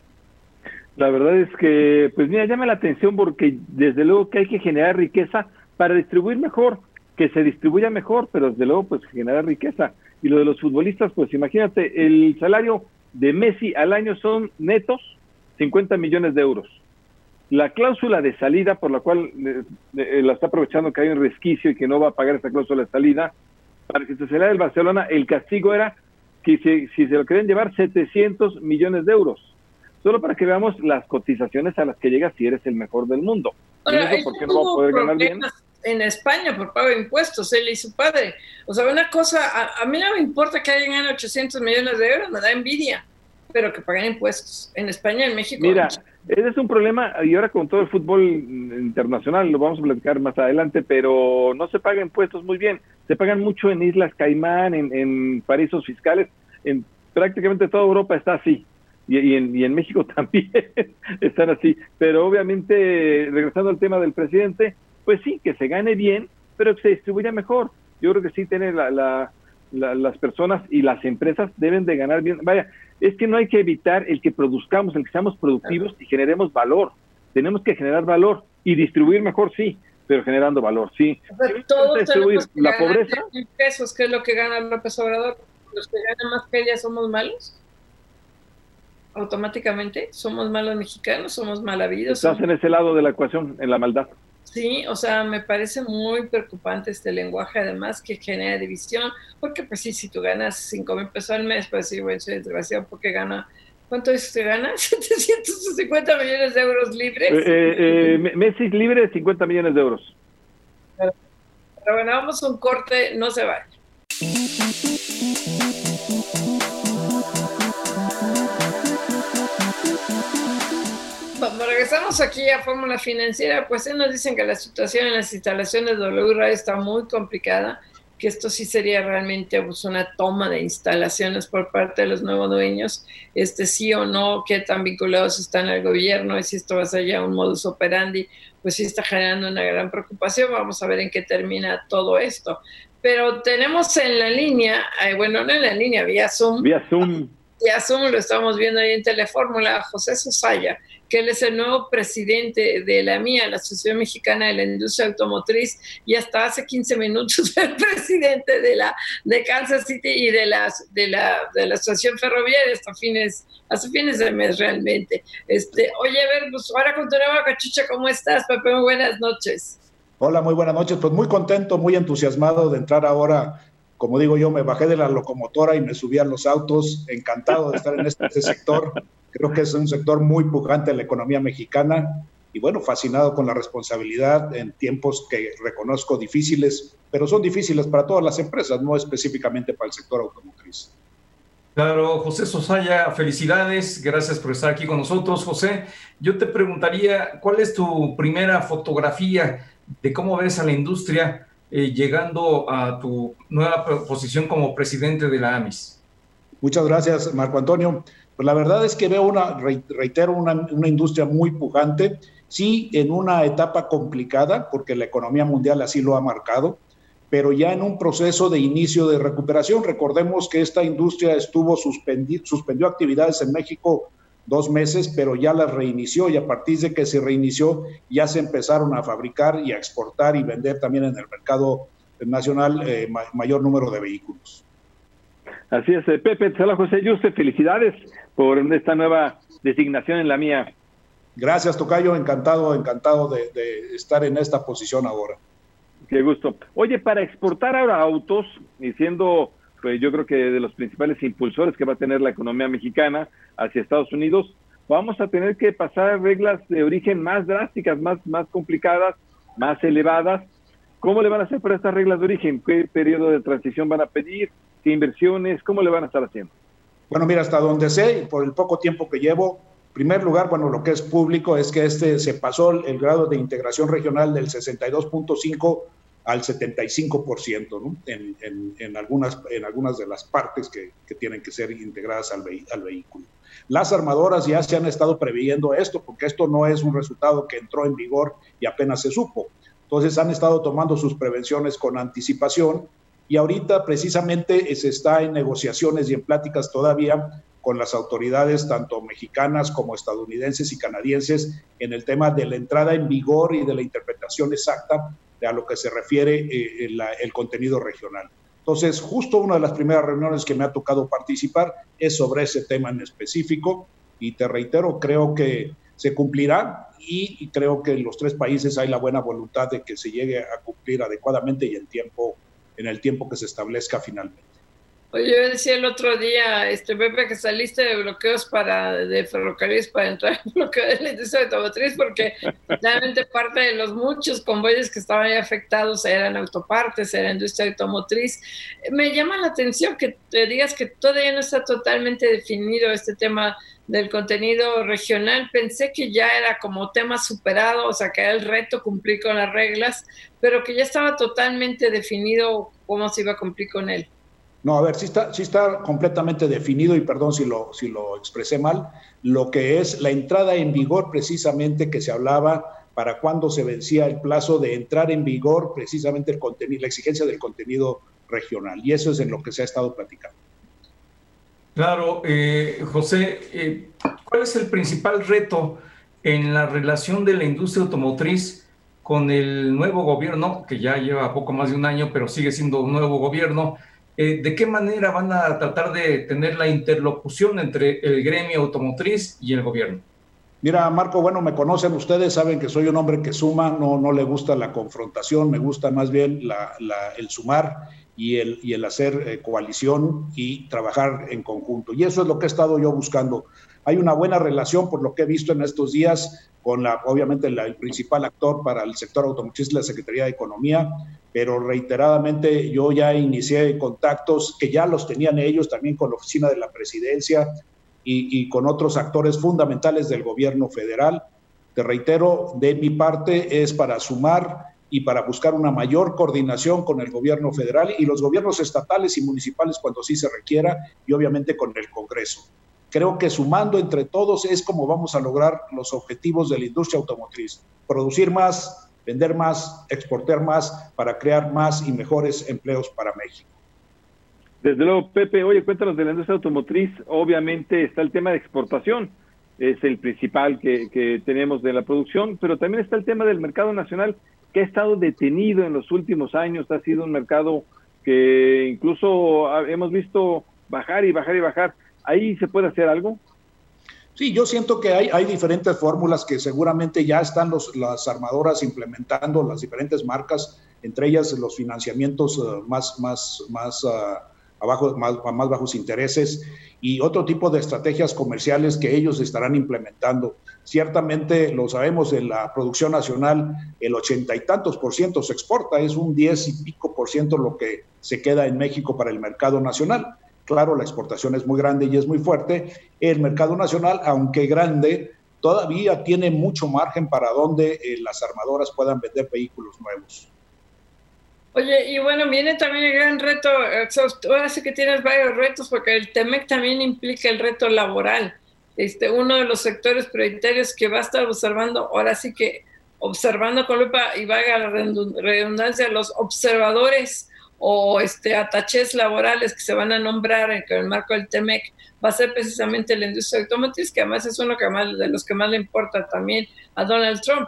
La verdad es que, pues mira, llama la atención porque desde luego que hay que generar riqueza para distribuir mejor, que se distribuya mejor, pero desde luego pues generar riqueza. Y lo de los futbolistas, pues imagínate, el salario de Messi al año son netos 50 millones de euros. La cláusula de salida, por la cual la está aprovechando que hay un resquicio y que no va a pagar esa cláusula de salida, para que se saliera del Barcelona, el castigo era que si se lo querían llevar 700 millones de euros. Solo para que veamos las cotizaciones a las que llegas si eres el mejor del mundo. Ahora, ¿Por qué no va a poder ganar bien? En España por pago de impuestos, él y su padre. O sea, una cosa, a mí no me importa que alguien gane 800 millones de euros, me da envidia, pero que paguen impuestos. En España, en México. Mira, ese es un problema, y ahora con todo el fútbol internacional, lo vamos a platicar más adelante, pero no se pagan impuestos muy bien. Se pagan mucho en Islas Caimán, en paraísos fiscales, en prácticamente toda Europa está así. Y en México también están así. Pero obviamente, regresando al tema del presidente, pues sí, que se gane bien, pero que se distribuya mejor. Yo creo que sí tiene las personas y las empresas deben de ganar bien. Vaya, es que no hay que evitar el que produzcamos, el que seamos productivos y generemos valor. Tenemos que generar valor y distribuir mejor, sí, pero generando valor, sí. Todos tenemos que la pobreza. Pesos, ¿qué es lo que gana López Obrador? ¿Los que ganan más que ella somos malos? Automáticamente somos malos mexicanos, somos mal habidos. Estás en ese lado de la ecuación, en la maldad. Sí, o sea, me parece muy preocupante este lenguaje, además, que genera división, porque pues sí, si tú ganas 5,000 pesos al mes, pues sí, bueno, soy desgraciado porque gana, ¿cuánto dices que gana? 750 millones de euros libres. Messi libre, 50 millones de euros. Pero bueno, vamos a un corte, no se vaya. Cuando regresamos aquí a Fórmula Financiera, pues nos dicen que la situación en las instalaciones de W Radio está muy complicada, que esto sí sería realmente pues, una toma de instalaciones por parte de los nuevos dueños, sí o no, qué tan vinculados están al gobierno, y si esto va a ser ya un modus operandi, pues sí está generando una gran preocupación. Vamos a ver en qué termina todo esto. Pero tenemos en la línea, bueno, no en la línea, vía Zoom. Vía Zoom. Ya lo estamos viendo ahí en Telefórmula, José Sosaya, que él es el nuevo presidente de la MIA, la Asociación Mexicana de la Industria Automotriz, y hasta hace 15 minutos el presidente de Kansas City y de la Asociación Ferroviaria hasta fines de mes realmente. Oye, a ver, pues ahora continuamos, Cachucha, ¿cómo estás, Pepe? Muy buenas noches. Hola, muy buenas noches. Pues muy contento, muy entusiasmado de entrar ahora. Como digo yo, me bajé de la locomotora y me subí a los autos, encantado de estar en este sector. Creo que es un sector muy pujante en la economía mexicana y bueno, fascinado con la responsabilidad en tiempos que reconozco difíciles, pero son difíciles para todas las empresas, no específicamente para el sector automotriz. Claro, José Sosaya, felicidades, gracias por estar aquí con nosotros. José, yo te preguntaría, ¿cuál es tu primera fotografía de cómo ves a la industria llegando a tu nueva posición como presidente de la AMIS? Muchas gracias, Marco Antonio. Pues la verdad es que veo reitero, una industria muy pujante, sí, en una etapa complicada, porque la economía mundial así lo ha marcado, pero ya en un proceso de inicio de recuperación. Recordemos que esta industria suspendió actividades en México 2 meses, pero ya las reinició, y a partir de que se reinició ya se empezaron a fabricar y a exportar y vender también en el mercado nacional mayor número de vehículos. Así es, Pepe. Hola, José Yuste, felicidades por esta nueva designación en la mía. Gracias, tocayo, encantado de estar en esta posición ahora. Qué gusto. Oye, para exportar ahora autos, y siendo, pues yo creo que de los principales impulsores que va a tener la economía mexicana hacia Estados Unidos, vamos a tener que pasar reglas de origen más drásticas, más complicadas, más elevadas. ¿Cómo le van a hacer para estas reglas de origen? ¿Qué periodo de transición van a pedir? ¿Qué inversiones? ¿Cómo le van a estar haciendo? Bueno, mira, hasta donde sé, por el poco tiempo que llevo, en primer lugar, bueno, lo que es público es que se pasó el grado de integración regional del 62.5 al 75%, ¿no? en algunas de las partes que tienen que ser integradas al vehículo. Las armadoras ya se han estado previendo esto, porque esto no es un resultado que entró en vigor y apenas se supo. Entonces han estado tomando sus prevenciones con anticipación, y ahorita precisamente se está en negociaciones y en pláticas todavía con las autoridades tanto mexicanas como estadounidenses y canadienses en el tema de la entrada en vigor y de la interpretación exacta de a lo que se refiere el contenido regional. Entonces, justo una de las primeras reuniones que me ha tocado participar es sobre ese tema en específico, y te reitero, creo que se cumplirá, y creo que en los 3 países hay la buena voluntad de que se llegue a cumplir adecuadamente y en el tiempo que se establezca finalmente. Oye, yo decía el otro día, Pepe, que saliste de bloqueos de ferrocarriles para entrar en bloqueo de la industria automotriz, porque realmente parte de los muchos convoyes que estaban ahí afectados eran autopartes, era industria automotriz. Me llama la atención que te digas que todavía no está totalmente definido este tema del contenido regional. Pensé que ya era como tema superado, o sea, que era el reto cumplir con las reglas, pero que ya estaba totalmente definido cómo se iba a cumplir con él. No, a ver, sí está completamente definido, y perdón si lo expresé mal, lo que es la entrada en vigor precisamente, que se hablaba para cuándo se vencía el plazo de entrar en vigor precisamente el contenido, la exigencia del contenido regional, y eso es en lo que se ha estado platicando. Claro, José, ¿cuál es el principal reto en la relación de la industria automotriz con el nuevo gobierno, que ya lleva poco más de un año, pero sigue siendo un nuevo gobierno? ¿De qué manera van a tratar de tener la interlocución entre el gremio automotriz y el gobierno? Mira, Marco, bueno, me conocen ustedes, saben que soy un hombre que suma, no le gusta la confrontación, me gusta más bien el sumar y el hacer coalición y trabajar en conjunto. Y eso es lo que he estado yo buscando. Hay una buena relación, por lo que he visto en estos días, con obviamente el principal actor para el sector automotriz, la Secretaría de Economía, pero reiteradamente yo ya inicié contactos que ya los tenían ellos también con la Oficina de la Presidencia y con otros actores fundamentales del gobierno federal. Te reitero, de mi parte es para sumar y para buscar una mayor coordinación con el gobierno federal y los gobiernos estatales y municipales cuando sí se requiera, y obviamente con el Congreso. Creo que sumando entre todos es como vamos a lograr los objetivos de la industria automotriz: producir más, vender más, exportar más, para crear más y mejores empleos para México. Desde luego, Pepe, oye, cuéntanos de la industria automotriz. Obviamente está el tema de exportación, es el principal que tenemos de la producción, pero también está el tema del mercado nacional, que ha estado detenido en los últimos años. Ha sido un mercado que incluso hemos visto bajar y bajar y bajar. ¿Ahí se puede hacer algo? Sí, yo siento que hay diferentes fórmulas que seguramente ya están las armadoras implementando, las diferentes marcas, entre ellas los financiamientos más bajos intereses y otro tipo de estrategias comerciales que ellos estarán implementando. Ciertamente lo sabemos, en la producción nacional el 80 y tantos % se exporta, es un 10 y pico % lo que se queda en México para el mercado nacional. Claro, la exportación es muy grande y es muy fuerte. El mercado nacional, aunque grande, todavía tiene mucho margen para donde las armadoras puedan vender vehículos nuevos. Oye, y bueno, viene también el gran reto, ahora sí que tienes varios retos, porque el TEMEC también implica el reto laboral. Uno de los sectores prioritarios que va a estar observando, ahora sí que observando con lupa, y valga la redundancia, los observadores o atachés laborales que se van a nombrar en el marco del TEMEC, va a ser precisamente la industria automotriz, que además es uno de los que más le importa también a Donald Trump.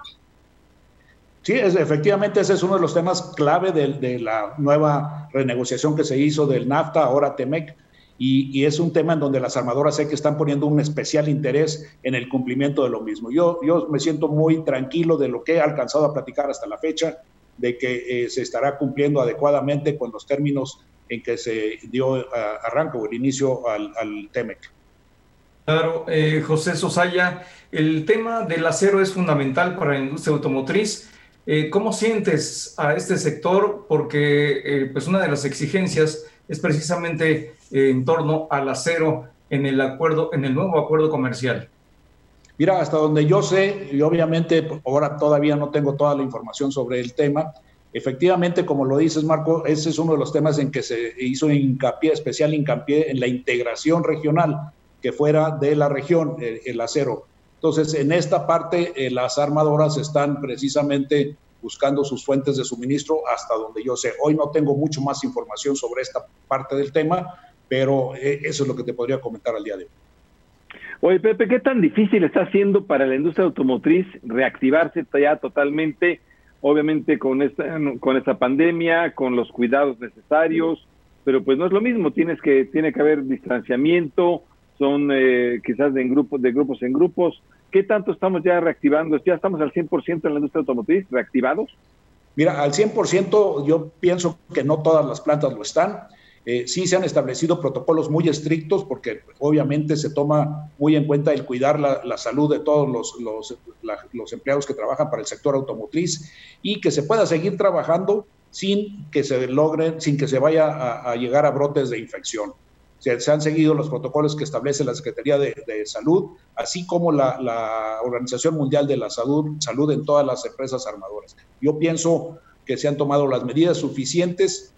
Sí, efectivamente ese es uno de los temas clave de la nueva renegociación que se hizo del NAFTA, ahora TEMEC, y es un tema en donde las armadoras sé que están poniendo un especial interés en el cumplimiento de lo mismo. Yo me siento muy tranquilo de lo que he alcanzado a platicar hasta la fecha, de que se estará cumpliendo adecuadamente con los términos en que se dio arranque o el inicio al TEMEC. Claro, José Sosaya, el tema del acero es fundamental para la industria automotriz. ¿Cómo sientes a este sector? Porque pues una de las exigencias es precisamente en torno al acero en el nuevo acuerdo comercial. Mira, hasta donde yo sé, y obviamente ahora todavía no tengo toda la información sobre el tema, efectivamente, como lo dices, Marco, ese es uno de los temas en que se hizo especial hincapié en la integración regional, que fuera de la región, el acero. Entonces, en esta parte, las armadoras están precisamente buscando sus fuentes de suministro hasta donde yo sé. Hoy no tengo mucho más información sobre esta parte del tema, pero eso es lo que te podría comentar al día de hoy. Oye, Pepe, ¿qué tan difícil está siendo para la industria automotriz reactivarse ya totalmente, obviamente con esta pandemia, con los cuidados necesarios, pero pues no es lo mismo, tiene que haber distanciamiento, son quizás de grupos en grupos. ¿Qué tanto estamos ya reactivando? ¿Ya estamos al 100% en la industria automotriz reactivados? Mira, al 100% yo pienso que no todas las plantas lo están. Sí se han establecido protocolos muy estrictos porque obviamente se toma muy en cuenta el cuidar la salud de todos los empleados que trabajan para el sector automotriz y que se pueda seguir trabajando sin que se vaya a llegar a brotes de infección. Se han seguido los protocolos que establece la Secretaría de Salud, así como la Organización Mundial de la Salud en todas las empresas armadoras. Yo pienso que se han tomado las medidas suficientes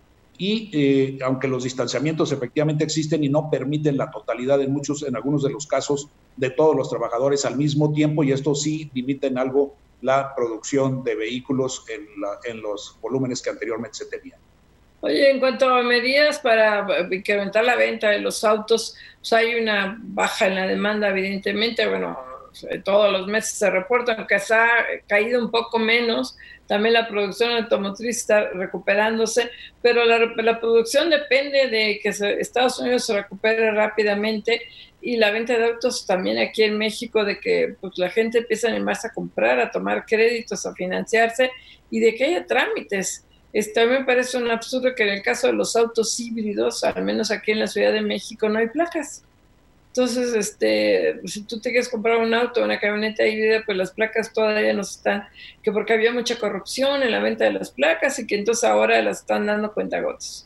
y aunque los distanciamientos efectivamente existen y no permiten la totalidad en algunos de los casos de todos los trabajadores al mismo tiempo, y esto sí limita en algo la producción de vehículos en los volúmenes que anteriormente se tenían. Oye, en cuanto a medidas para incrementar la venta de los autos, pues hay una baja en la demanda, evidentemente. Bueno, todos los meses se reporta, aunque se ha caído un poco menos. También la producción automotriz está recuperándose, pero la producción depende de que Estados Unidos se recupere rápidamente y la venta de autos también aquí en México, de que pues, la gente empieza a animarse a comprar, a tomar créditos, a financiarse y de que haya trámites. A mí me parece un absurdo que en el caso de los autos híbridos, al menos aquí en la Ciudad de México, no hay placas. Entonces, si tú te quieres comprar un auto o una camioneta híbrida, pues las placas todavía no están, que porque había mucha corrupción en la venta de las placas y que entonces ahora las están dando cuentagotas.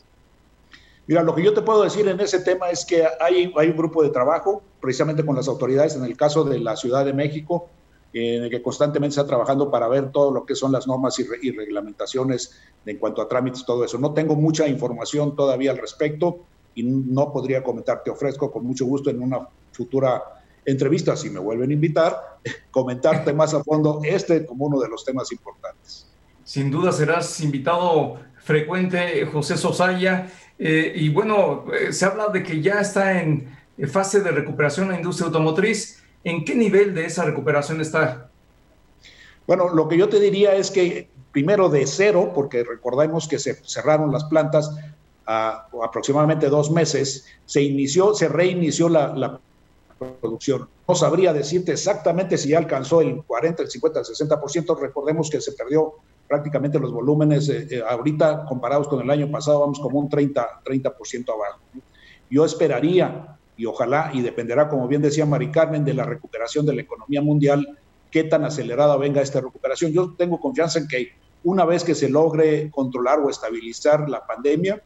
Mira, lo que yo te puedo decir en ese tema es que hay un grupo de trabajo, precisamente con las autoridades, en el caso de la Ciudad de México, en el que constantemente está trabajando para ver todo lo que son las normas y reglamentaciones en cuanto a trámites, todo eso. No tengo mucha información todavía al respecto y no podría comentar. Te ofrezco con mucho gusto en una futura entrevista, si me vuelven a invitar, comentarte más a fondo como uno de los temas importantes. Sin duda serás invitado frecuente, José Sosaya. Y bueno, se habla de que ya está en fase de recuperación la industria automotriz. ¿En qué nivel de esa recuperación está? Bueno, lo que yo te diría es que primero de cero, porque recordemos que se cerraron las plantas aproximadamente 2 meses, se reinició la producción. No sabría decirte exactamente si ya alcanzó el 40, el 50, el 60%. Recordemos que se perdió prácticamente los volúmenes. Ahorita, comparados con el año pasado, vamos como un 30% abajo. Yo esperaría, y ojalá, y dependerá, como bien decía Mari Carmen, de la recuperación de la economía mundial, qué tan acelerada venga esta recuperación. Yo tengo confianza en que una vez que se logre controlar o estabilizar la pandemia,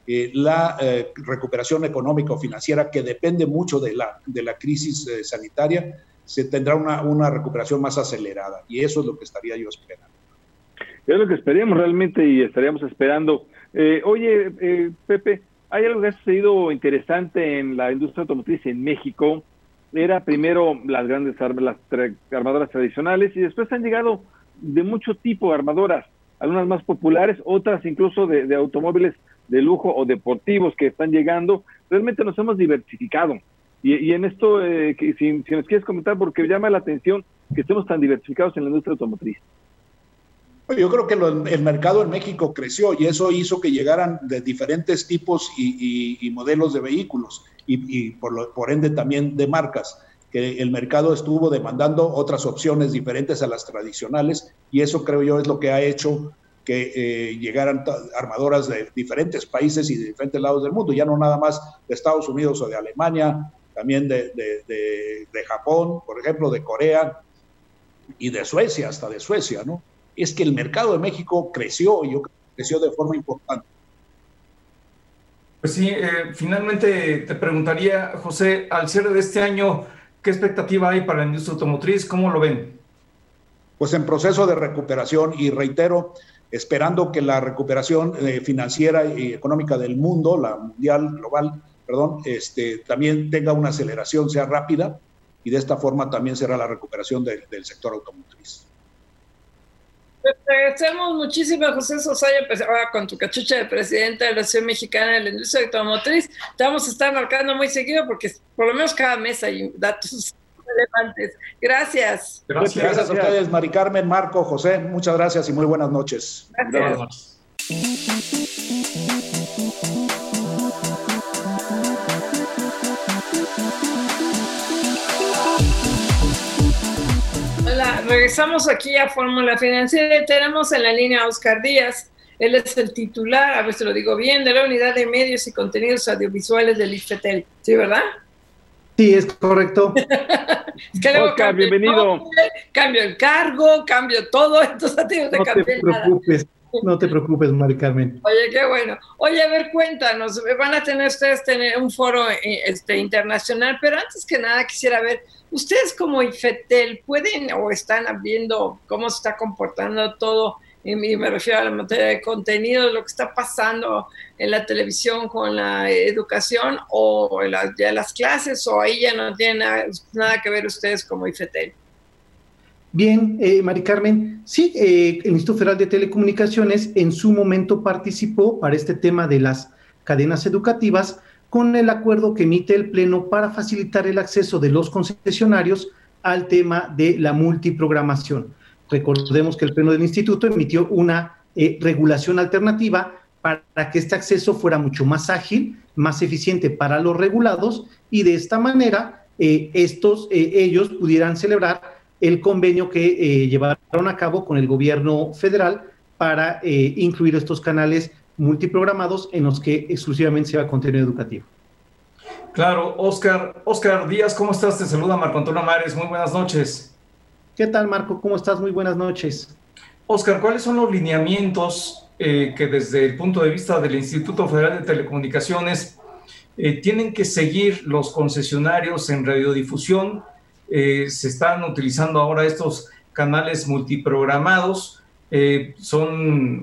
la recuperación económica o financiera, que depende mucho de la crisis sanitaria, se tendrá una recuperación más acelerada, y eso es lo que estaría yo esperando. Es lo que esperemos realmente y estaríamos esperando. Oye, Pepe, hay algo que ha sucedido interesante en la industria automotriz en México. Era primero las grandes armadoras tradicionales y después han llegado de mucho tipo de armadoras, algunas más populares, otras incluso de automóviles de lujo o deportivos que están llegando. Realmente nos hemos diversificado. Y en esto, si nos quieres comentar, porque llama la atención que estemos tan diversificados en la industria automotriz. Yo creo que el mercado en México creció y eso hizo que llegaran de diferentes tipos y modelos de vehículos y por ende también de marcas, que el mercado estuvo demandando otras opciones diferentes a las tradicionales y eso creo yo es lo que ha hecho que llegaran armadoras de diferentes países y de diferentes lados del mundo, ya no nada más de Estados Unidos o de Alemania, también de Japón, por ejemplo, de Corea y de Suecia, hasta de Suecia, ¿no? Es que el mercado de México creció, y yo creo que creció de forma importante. Pues sí, finalmente te preguntaría, José, al cierre de este año, ¿qué expectativa hay para la industria automotriz? ¿Cómo lo ven? Pues en proceso de recuperación y reitero, esperando que la recuperación financiera y económica del mundo, la global, también tenga una aceleración, sea rápida, y de esta forma también será la recuperación del sector automotriz. Te agradecemos muchísimo, José Sosayo, pues ahora con tu cachucha de presidente de la Asociación Mexicana de la Industria Automotriz. Te vamos a estar marcando muy seguido porque por lo menos cada mes hay datos relevantes. Gracias. Gracias a ustedes, Mari Carmen, Marco, José. Muchas gracias y muy buenas noches. Gracias. Hola, regresamos aquí a Fórmula Financiera y tenemos en la línea a Oscar Díaz. Él es el titular, a ver si lo digo bien, de la Unidad de Medios y Contenidos Audiovisuales del IFETEL. ¿Sí, verdad? Sí, es correcto. Es que luego Oscar, bienvenido. Cambio el cargo, cambio todo, entonces tienes que cambiar nada. No te preocupes, Mari Carmen. Oye, qué bueno. Oye, a ver, cuéntanos, van a tener ustedes un foro internacional, pero antes que nada quisiera ver, ustedes como IFETEL pueden o están viendo cómo se está comportando todo, y me refiero a la materia de contenido, lo que está pasando en la televisión con la educación o ya las clases, o ahí ya no tienen nada que ver ustedes como IFETEL. Bien, Mari Carmen, sí, el Instituto Federal de Telecomunicaciones en su momento participó para este tema de las cadenas educativas con el acuerdo que emite el Pleno para facilitar el acceso de los concesionarios al tema de la multiprogramación. Recordemos que el Pleno del Instituto emitió una regulación alternativa para que este acceso fuera mucho más ágil, más eficiente para los regulados y de esta manera ellos pudieran celebrar el convenio que llevaron a cabo con el gobierno federal para incluir estos canales multiprogramados en los que exclusivamente se va contenido educativo. Claro, Oscar Díaz, ¿cómo estás? Te saluda Marco Antonio Mares, muy buenas noches. ¿Qué tal, Marco? ¿Cómo estás? Muy buenas noches. Oscar, ¿cuáles son los lineamientos que desde el punto de vista del Instituto Federal de Telecomunicaciones tienen que seguir los concesionarios en radiodifusión? Se están utilizando ahora estos canales multiprogramados, son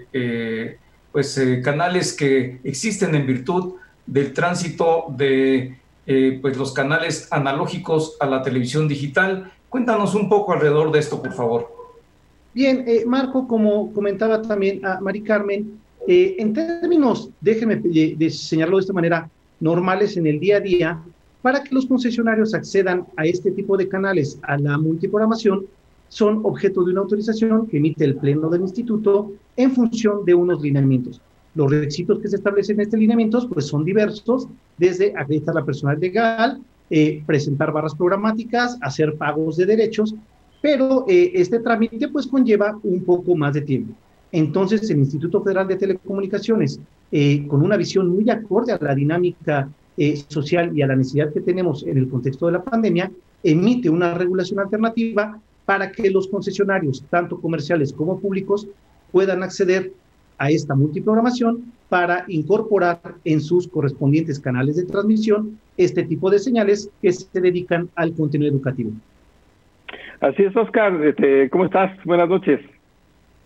canales que existen en virtud del tránsito de los canales analógicos a la televisión digital. Cuéntanos un poco alrededor de esto, por favor. Bien, Marco, como comentaba también a Mari Carmen, en términos, déjenme de señalarlo de esta manera, normales en el día a día, para que los concesionarios accedan a este tipo de canales, a la multiprogramación, son objeto de una autorización que emite el Pleno del Instituto en función de unos lineamientos. Los requisitos que se establecen en estos lineamientos pues, son diversos, desde acreditar la personal legal, presentar barras programáticas, hacer pagos de derechos, pero este trámite pues, conlleva un poco más de tiempo. Entonces, el Instituto Federal de Telecomunicaciones, con una visión muy acorde a la dinámica social y a la necesidad que tenemos en el contexto de la pandemia, emite una regulación alternativa para que los concesionarios, tanto comerciales como públicos, puedan acceder a esta multiprogramación para incorporar en sus correspondientes canales de transmisión este tipo de señales que se dedican al contenido educativo. Así es, Oscar. ¿Cómo estás? Buenas noches.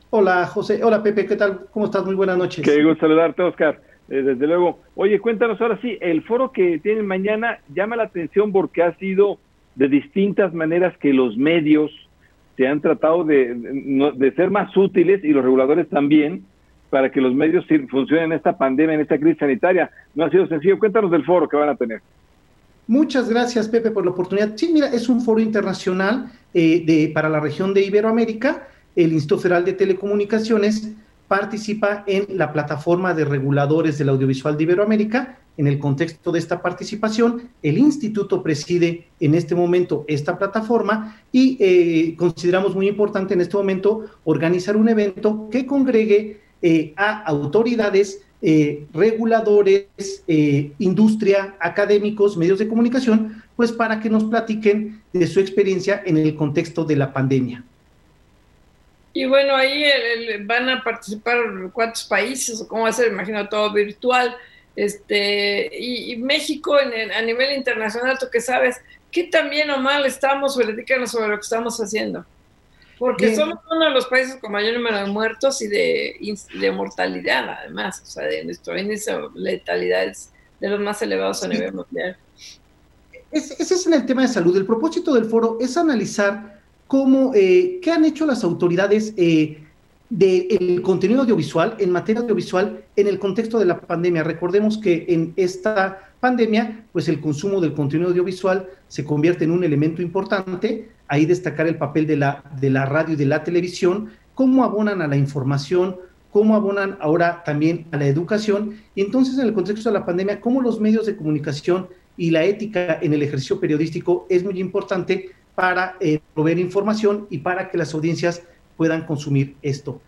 Hola, José. Hola, Pepe. ¿Qué tal? ¿Cómo estás? Muy buenas noches. Qué gusto saludarte, Oscar. Desde luego. Oye, cuéntanos ahora sí, el foro que tienen mañana llama la atención porque ha sido de distintas maneras que los medios se han tratado de ser más útiles, y los reguladores también, para que los medios funcionen en esta pandemia, en esta crisis sanitaria. No ha sido sencillo. Cuéntanos del foro que van a tener. Muchas gracias, Pepe, por la oportunidad. Sí, mira, es un foro internacional para la región de Iberoamérica. El Instituto Federal de Telecomunicaciones participa en la plataforma de reguladores del audiovisual de Iberoamérica. En el contexto de esta participación, el instituto preside en este momento esta plataforma y consideramos muy importante en este momento organizar un evento que congregue a autoridades, reguladores, industria, académicos, medios de comunicación, pues para que nos platiquen de su experiencia en el contexto de la pandemia. Y bueno, ahí van a participar ¿cuántos países? ¿Cómo va a ser? Imagino todo virtual. Y México a nivel internacional, tú que sabes, ¿qué tan bien o mal estamos? Platícanos sobre lo que estamos haciendo. Porque bien, somos uno de los países con mayor número de muertos y de mortalidad, además. O sea, de nuestro índice de letalidad es de los más elevados a nivel mundial. Ese es en el tema de salud. El propósito del foro es analizar qué han hecho las autoridades del contenido audiovisual, en materia audiovisual, en el contexto de la pandemia. Recordemos que en esta pandemia, pues el consumo del contenido audiovisual se convierte en un elemento importante. Ahí destacar el papel de la radio y de la televisión, cómo abonan a la información, cómo abonan ahora también a la educación. Y entonces, en el contexto de la pandemia, cómo los medios de comunicación y la ética en el ejercicio periodístico es muy importante para proveer información y para que las audiencias puedan consumir esto.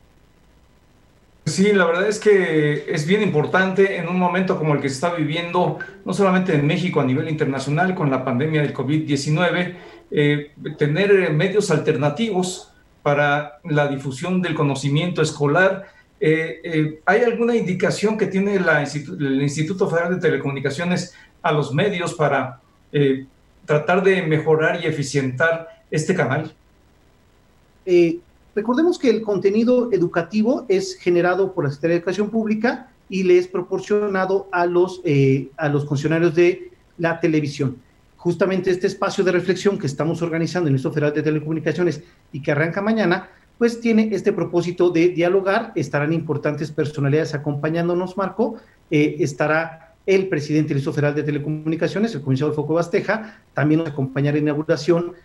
Sí, la verdad es que es bien importante en un momento como el que se está viviendo, no solamente en México, a nivel internacional, con la pandemia del COVID-19, tener medios alternativos para la difusión del conocimiento escolar. ¿Hay alguna indicación que tiene el Instituto Federal de Telecomunicaciones a los medios para tratar de mejorar y eficientar este canal? Recordemos que el contenido educativo es generado por la Secretaría de Educación Pública y le es proporcionado a los funcionarios de la televisión. Justamente este espacio de reflexión que estamos organizando en el Instituto Federal de Telecomunicaciones y que arranca mañana, pues tiene este propósito de dialogar. Estarán importantes personalidades acompañándonos, Marco. Estará el presidente del Instituto Federal de Telecomunicaciones, el comisario Adolfo Basteja. También nos acompañará en inauguración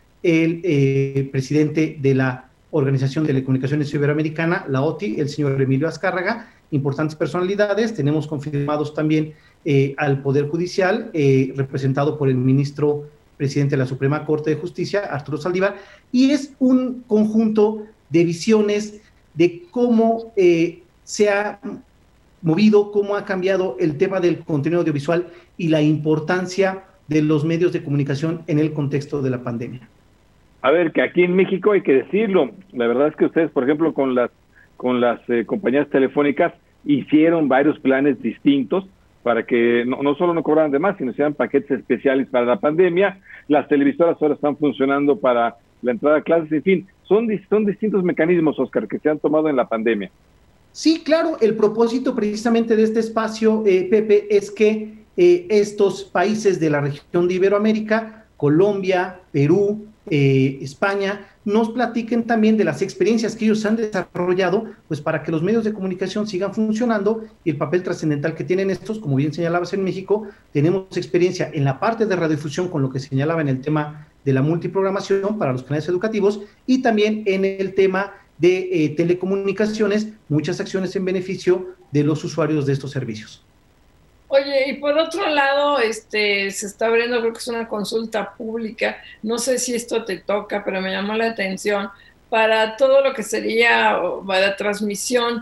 el presidente de la Organización de Telecomunicaciones Iberoamericana, la OTI, el señor Emilio Azcárraga. Importantes personalidades. Tenemos confirmados también al Poder Judicial, representado por el ministro presidente de la Suprema Corte de Justicia, Arturo Saldívar, y es un conjunto de visiones de cómo se ha movido, cómo ha cambiado el tema del contenido audiovisual y la importancia de los medios de comunicación en el contexto de la pandemia. A ver, que aquí en México hay que decirlo, la verdad es que ustedes, por ejemplo, con las compañías telefónicas hicieron varios planes distintos para que no solo no cobraran de más, sino sean paquetes especiales para la pandemia. Las televisoras ahora están funcionando para la entrada a clases, en fin, son distintos mecanismos, Oscar, que se han tomado en la pandemia. Sí, claro, el propósito precisamente de este espacio, Pepe, es que estos países de la región de Iberoamérica, Colombia, Perú, España, nos platiquen también de las experiencias que ellos han desarrollado, pues para que los medios de comunicación sigan funcionando y el papel trascendental que tienen estos. Como bien señalabas, en México tenemos experiencia en la parte de radiodifusión con lo que señalaba en el tema de la multiprogramación para los canales educativos y también en el tema de telecomunicaciones, muchas acciones en beneficio de los usuarios de estos servicios. Oye, y por otro lado, se está abriendo, creo que es una consulta pública, no sé si esto te toca, pero me llamó la atención, para todo lo que sería la transmisión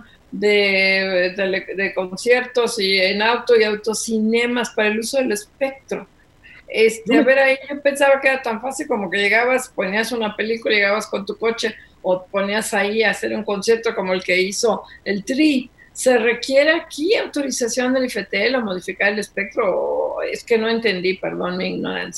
de conciertos y en auto y autocinemas para el uso del espectro. A ver, ahí yo pensaba que era tan fácil como que llegabas, ponías una película, llegabas con tu coche o ponías ahí a hacer un concierto como el que hizo el Tri. ¿Se requiere aquí autorización del IFETEL o modificar el espectro? Es que no entendí, perdón mi ignorancia.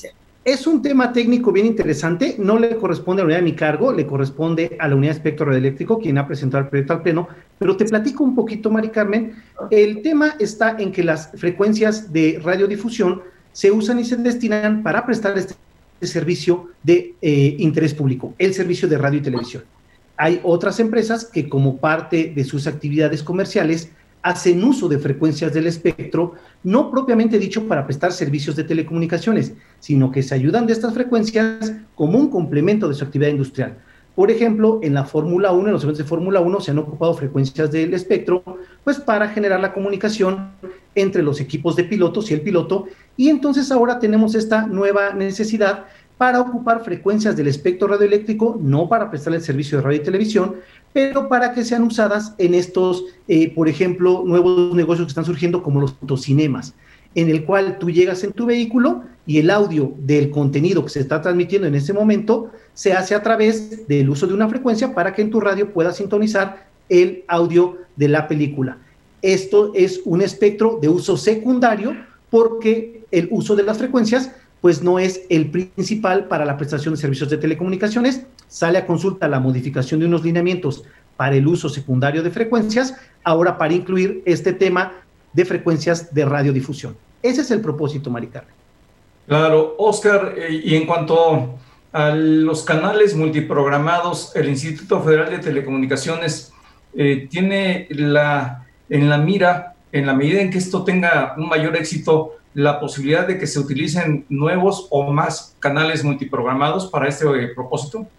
Es un tema técnico bien interesante, no le corresponde a la unidad de mi cargo, le corresponde a la unidad de espectro radioeléctrico, quien ha presentado el proyecto al Pleno, pero te platico un poquito, Mari Carmen. El tema está en que las frecuencias de radiodifusión se usan y se destinan para prestar este servicio de interés público, el servicio de radio y televisión. Hay otras empresas que, como parte de sus actividades comerciales, hacen uso de frecuencias del espectro, no propiamente dicho para prestar servicios de telecomunicaciones, sino que se ayudan de estas frecuencias como un complemento de su actividad industrial. Por ejemplo, en la Fórmula 1, en los eventos de Fórmula 1, se han ocupado frecuencias del espectro, pues para generar la comunicación entre los equipos de pilotos y el piloto, y entonces ahora tenemos esta nueva necesidad para ocupar frecuencias del espectro radioeléctrico, no para prestar el servicio de radio y televisión, pero para que sean usadas en estos, por ejemplo, nuevos negocios que están surgiendo como los autocinemas, en el cual tú llegas en tu vehículo y el audio del contenido que se está transmitiendo en ese momento se hace a través del uso de una frecuencia para que en tu radio puedas sintonizar el audio de la película. Esto es un espectro de uso secundario porque el uso de las frecuencias pues no es el principal para la prestación de servicios de telecomunicaciones. Sale a consulta la modificación de unos lineamientos para el uso secundario de frecuencias, ahora para incluir este tema de frecuencias de radiodifusión. Ese es el propósito, Mari Carmen. Claro, Oscar, y en cuanto a los canales multiprogramados, el Instituto Federal de Telecomunicaciones tiene en la mira, en la medida en que esto tenga un mayor éxito, la posibilidad de que se utilicen nuevos o más canales multiprogramados para este propósito?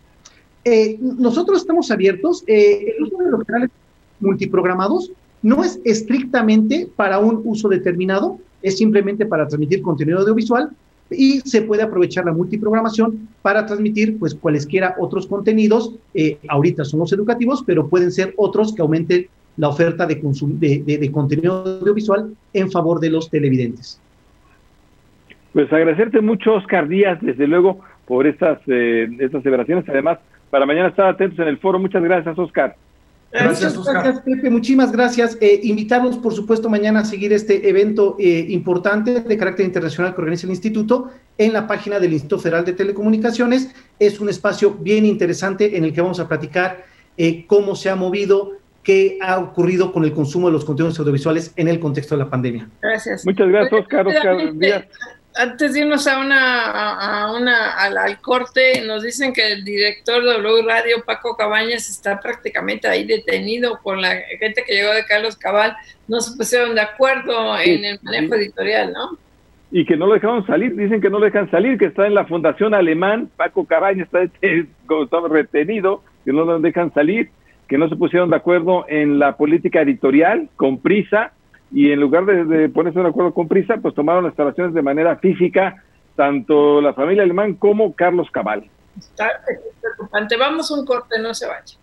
Nosotros estamos abiertos. El uso de los canales multiprogramados no es estrictamente para un uso determinado, es simplemente para transmitir contenido audiovisual y se puede aprovechar la multiprogramación para transmitir pues cualesquiera otros contenidos. Ahorita son los educativos, pero pueden ser otros que aumenten la oferta de contenido audiovisual en favor de los televidentes. Pues agradecerte mucho, Oscar Díaz, desde luego, por estas aseveraciones. Además, para mañana estar atentos en el foro. Muchas gracias, Oscar. Gracias, Pepe, muchísimas gracias. Invitarlos, por supuesto, mañana a seguir este evento importante de carácter internacional que organiza el Instituto en la página del Instituto Federal de Telecomunicaciones. Es un espacio bien interesante en el que vamos a platicar cómo se ha movido, qué ha ocurrido con el consumo de los contenidos audiovisuales en el contexto de la pandemia. Gracias. Muchas gracias, Oscar Díaz. Antes de irnos al corte, nos dicen que el director de W Radio, Paco Cabañas, está prácticamente ahí detenido por la gente que llegó de Carlos Cabal. No se pusieron de acuerdo en el manejo editorial, ¿no? Y que no lo dejaron salir, dicen que no lo dejan salir, que está en la Fundación Alemán. Paco Cabañas está retenido, que no lo dejan salir, que no se pusieron de acuerdo en la política editorial con Prisa, y en lugar de ponerse de acuerdo con Prisa, pues tomaron las instalaciones de manera física, tanto la familia Alemán como Carlos Cabal. Está preocupante. Vamos a un corte, no se vaya.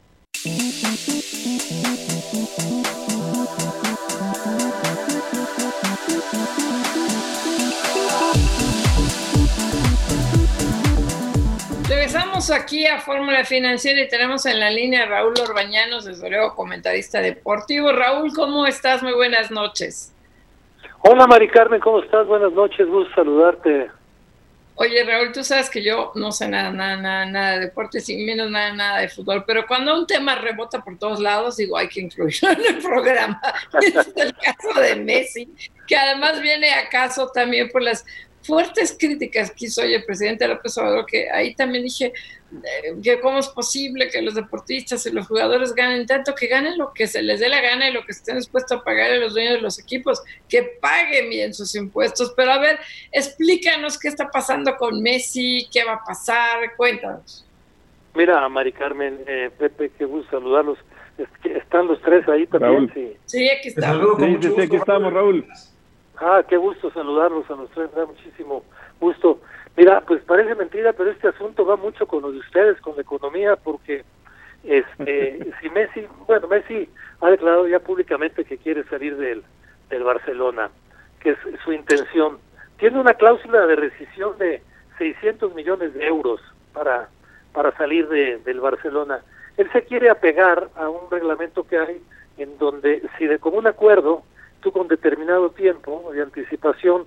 Regresamos aquí a Fórmula Financiera y tenemos en la línea a Raúl Orbañanos, desde luego comentarista deportivo. Raúl, ¿cómo estás? Muy buenas noches. Hola, Mari Carmen, ¿cómo estás? Buenas noches, gusto saludarte. Oye, Raúl, tú sabes que yo no sé nada de deportes y menos nada de fútbol, pero cuando un tema rebota por todos lados, digo, hay que incluirlo en el programa. Es el caso de Messi, que además viene a caso también por las fuertes críticas que hizo hoy el presidente López Obrador, que ahí también dije que cómo es posible que los deportistas y los jugadores ganen tanto, que ganen lo que se les dé la gana y lo que estén dispuestos a pagar a los dueños de los equipos, que paguen bien sus impuestos. Pero a ver, explícanos qué está pasando con Messi, qué va a pasar, cuéntanos. Mira, Mari Carmen, Pepe, qué gusto saludarlos. ¿Están los tres ahí también? Raúl. Sí, aquí estamos. Sí, aquí estamos, Raúl. Qué gusto saludarlos a los tres, me da muchísimo gusto. Mira, pues parece mentira, pero este asunto va mucho con lo de ustedes, con la economía, porque si Messi ha declarado ya públicamente que quiere salir del Barcelona, que es su intención. Tiene una cláusula de rescisión de 600 millones de euros para salir del Barcelona. Él se quiere apegar a un reglamento que hay en donde si de común acuerdo tú con determinado tiempo de anticipación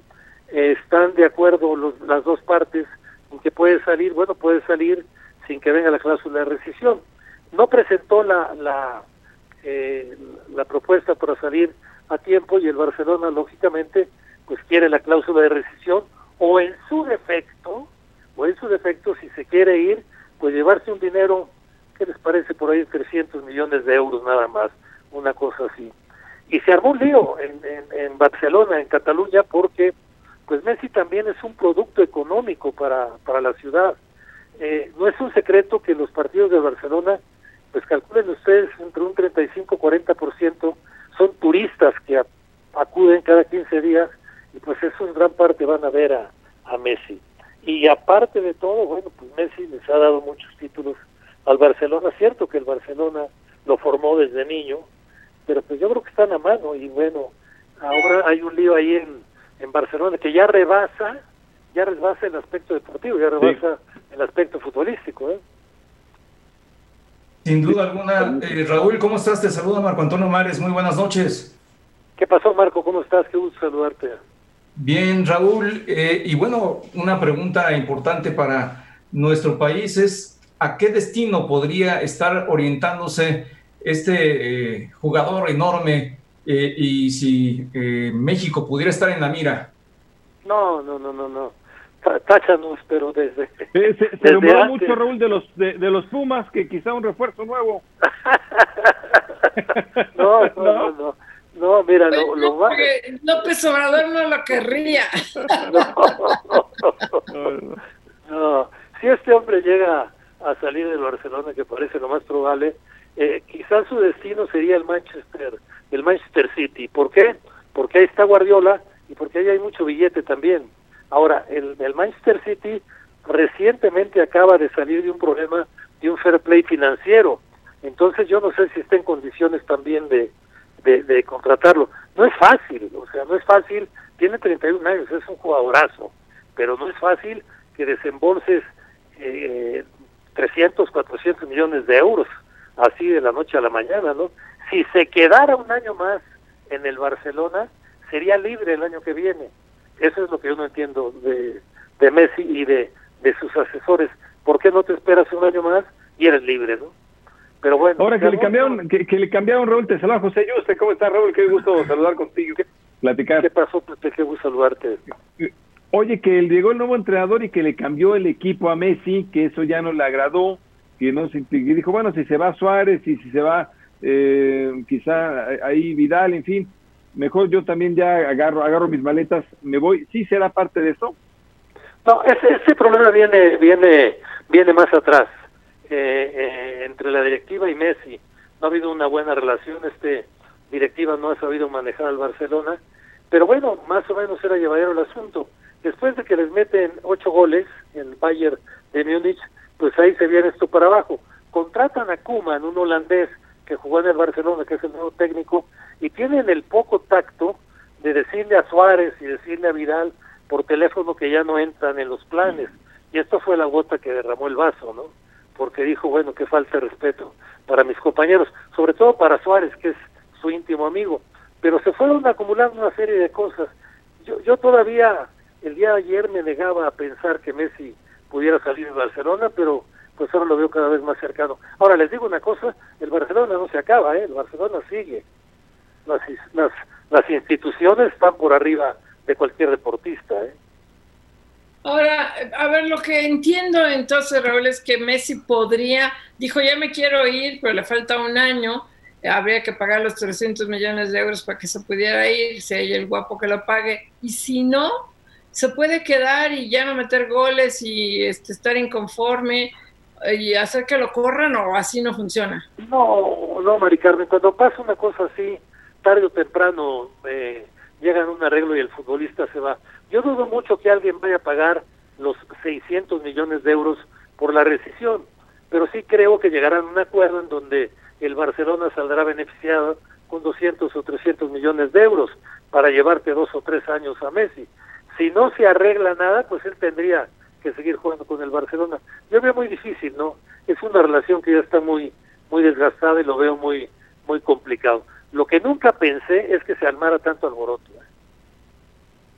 están de acuerdo las dos partes en que puede salir sin que venga la cláusula de rescisión. No presentó la propuesta para salir a tiempo y el Barcelona lógicamente pues quiere la cláusula de rescisión o en su defecto si se quiere ir pues llevarse un dinero, ¿qué les parece? Por ahí 300 millones de euros nada más, una cosa así. Y se armó un lío en Barcelona, en Cataluña, porque pues Messi también es un producto económico para la ciudad. No es un secreto que los partidos de Barcelona, pues calculen ustedes, entre un 35-40% son turistas que acuden cada 15 días y pues eso en gran parte van a ver a Messi. Y aparte de todo, bueno, pues Messi les ha dado muchos títulos al Barcelona. Cierto que el Barcelona lo formó desde niño, pero pues yo creo que están a mano y bueno, ahora hay un lío ahí en Barcelona que ya rebasa el aspecto deportivo, ya rebasa el aspecto futbolístico, ¿eh? Sin duda alguna. Raúl, ¿cómo estás? Te saluda Marco Antonio Mares, muy buenas noches. ¿Qué pasó, Marco? ¿Cómo estás? Qué gusto saludarte. Bien, Raúl, y bueno, una pregunta importante para nuestro país es, ¿a qué destino podría estar orientándose este jugador enorme y si México pudiera estar en la mira? No. Táchanos, pero desde... Se rumoró mucho, Raúl, de los Pumas, que quizá un refuerzo nuevo. No, mira, López Obrador no lo querría. No, si este hombre llega a salir del Barcelona, que parece lo más probable, quizás su destino sería el Manchester City. ¿Por qué? Porque ahí está Guardiola y porque ahí hay mucho billete también. Ahora, el Manchester City recientemente acaba de salir de un problema de un fair play financiero, entonces yo no sé si está en condiciones también de contratarlo. No es fácil, tiene 31 años, es un jugadorazo, pero no es fácil que desembolses 300, 400 millones de euros así de la noche a la mañana, ¿no? Si se quedara un año más en el Barcelona, sería libre el año que viene. Eso es lo que yo no entiendo de Messi y de sus asesores. ¿Por qué no te esperas un año más y eres libre, no? Pero bueno. Ahora que le cambiaron, Raúl, te saluda José Yuste. ¿Cómo estás, Raúl? Qué gusto saludar contigo, platicar. ¿Qué pasó, Pepe? Qué gusto saludarte. Oye, que llegó el nuevo entrenador y que le cambió el equipo a Messi, que eso ya no le agradó, que no se, y dijo, bueno, si se va Suárez y si se va quizá ahí Vidal, en fin, mejor yo también ya agarro mis maletas, me voy. ¿Sí será parte de eso? No, ese problema viene más atrás. Entre la directiva y Messi no ha habido una buena relación, directiva no ha sabido manejar al Barcelona, pero bueno, más o menos era llevadero el asunto. Después de que les meten 8 goles en el Bayern de Múnich, pues ahí se viene esto para abajo. Contratan a Koeman, un holandés que jugó en el Barcelona, que es el nuevo técnico, y tienen el poco tacto de decirle a Suárez y decirle a Vidal por teléfono que ya no entran en los planes, y esto fue la gota que derramó el vaso, ¿no? Porque dijo, bueno, qué falta de respeto para mis compañeros, sobre todo para Suárez, que es su íntimo amigo, pero se fueron acumulando una serie de cosas. Yo todavía, el día de ayer me negaba a pensar que Messi pudiera salir de Barcelona, pero pues ahora lo veo cada vez más cercano. Ahora les digo una cosa, el Barcelona no se acaba, el Barcelona sigue. Las instituciones están por arriba de cualquier deportista, Ahora, a ver, lo que entiendo entonces, Raúl, es que Messi dijo, ya me quiero ir, pero le falta un año, habría que pagar los 300 millones de euros para que se pudiera ir, si hay el guapo que lo pague, y si no, se puede quedar y ya no meter goles y estar inconforme y hacer que lo corran, o así no funciona. No, Mari Carmen, cuando pasa una cosa así, tarde o temprano llegan a un arreglo y el futbolista se va. Yo dudo mucho que alguien vaya a pagar los 600 millones de euros por la rescisión, pero sí creo que llegarán a un acuerdo en donde el Barcelona saldrá beneficiado con 200 o 300 millones de euros para llevarte 2 o 3 años a Messi. Si no se arregla nada, pues él tendría que seguir jugando con el Barcelona. Yo veo muy difícil, ¿no? Es una relación que ya está muy desgastada y lo veo muy complicado. Lo que nunca pensé es que se armara tanto alboroto.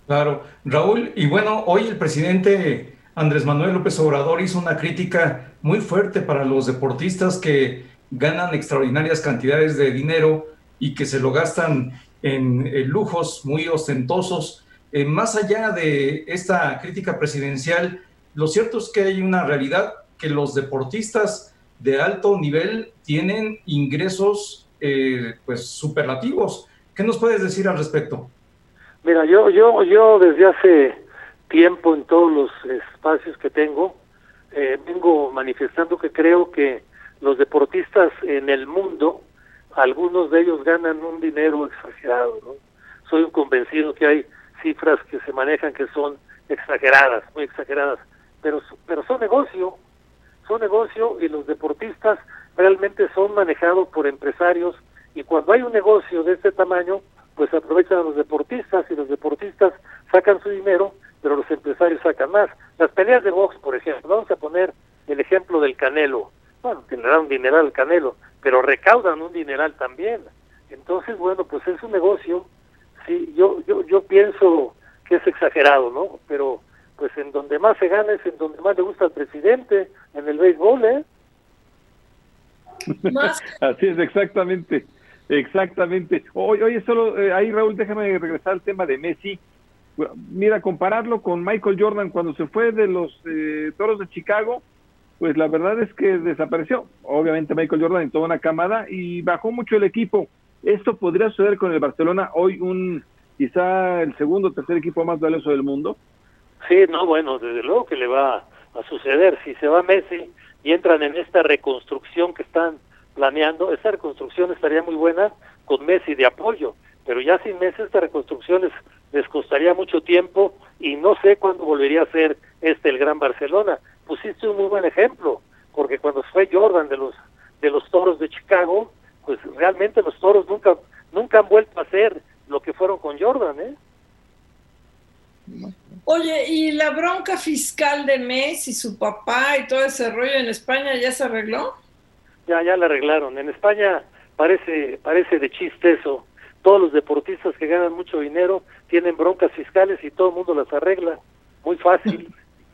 Claro, Raúl, y bueno, hoy el presidente Andrés Manuel López Obrador hizo una crítica muy fuerte para los deportistas que ganan extraordinarias cantidades de dinero y que se lo gastan en lujos muy ostentosos. Más allá de esta crítica presidencial, lo cierto es que hay una realidad que los deportistas de alto nivel tienen ingresos pues superlativos. ¿Qué nos puedes decir al respecto? Mira, yo desde hace tiempo en todos los espacios que tengo, vengo manifestando que creo que los deportistas en el mundo, algunos de ellos ganan un dinero exagerado, ¿no? Soy un convencido que hay cifras que se manejan que son exageradas, muy exageradas, pero son negocio y los deportistas realmente son manejados por empresarios, y cuando hay un negocio de este tamaño, pues aprovechan a los deportistas y los deportistas sacan su dinero, pero los empresarios sacan más. Las peleas de box, por ejemplo, vamos a poner el ejemplo del Canelo. Bueno, que le dan un dineral al Canelo, pero recaudan un dineral también. Entonces, bueno, pues es un negocio. Sí, yo pienso que es exagerado, ¿no? Pero pues en donde más se gana es en donde más le gusta al presidente, en el béisbol, ¿eh? Así es, exactamente. Oye, solo ahí, Raúl, déjame regresar al tema de Messi. Mira, compararlo con Michael Jordan cuando se fue de los Toros de Chicago, pues la verdad es que desapareció. Obviamente Michael Jordan en toda una camada y bajó mucho el equipo. Esto podría suceder con el Barcelona, hoy quizá el segundo o tercer equipo más valioso del mundo. Sí, no, bueno, desde luego que le va a suceder. Si se va Messi y entran en esta reconstrucción que están planeando, esa reconstrucción estaría muy buena con Messi de apoyo, pero ya sin Messi esta reconstrucción les costaría mucho tiempo y no sé cuándo volvería a ser el Gran Barcelona. Pusiste un muy buen ejemplo, porque cuando fue Jordan de los Toros de Chicago, pues realmente los Toros nunca han vuelto a ser lo que fueron con Jordan, ¿eh? Oye, ¿y la bronca fiscal de Messi, su papá y todo ese rollo en España ya se arregló? Ya la arreglaron. En España parece de chiste eso. Todos los deportistas que ganan mucho dinero tienen broncas fiscales y todo el mundo las arregla. Muy fácil.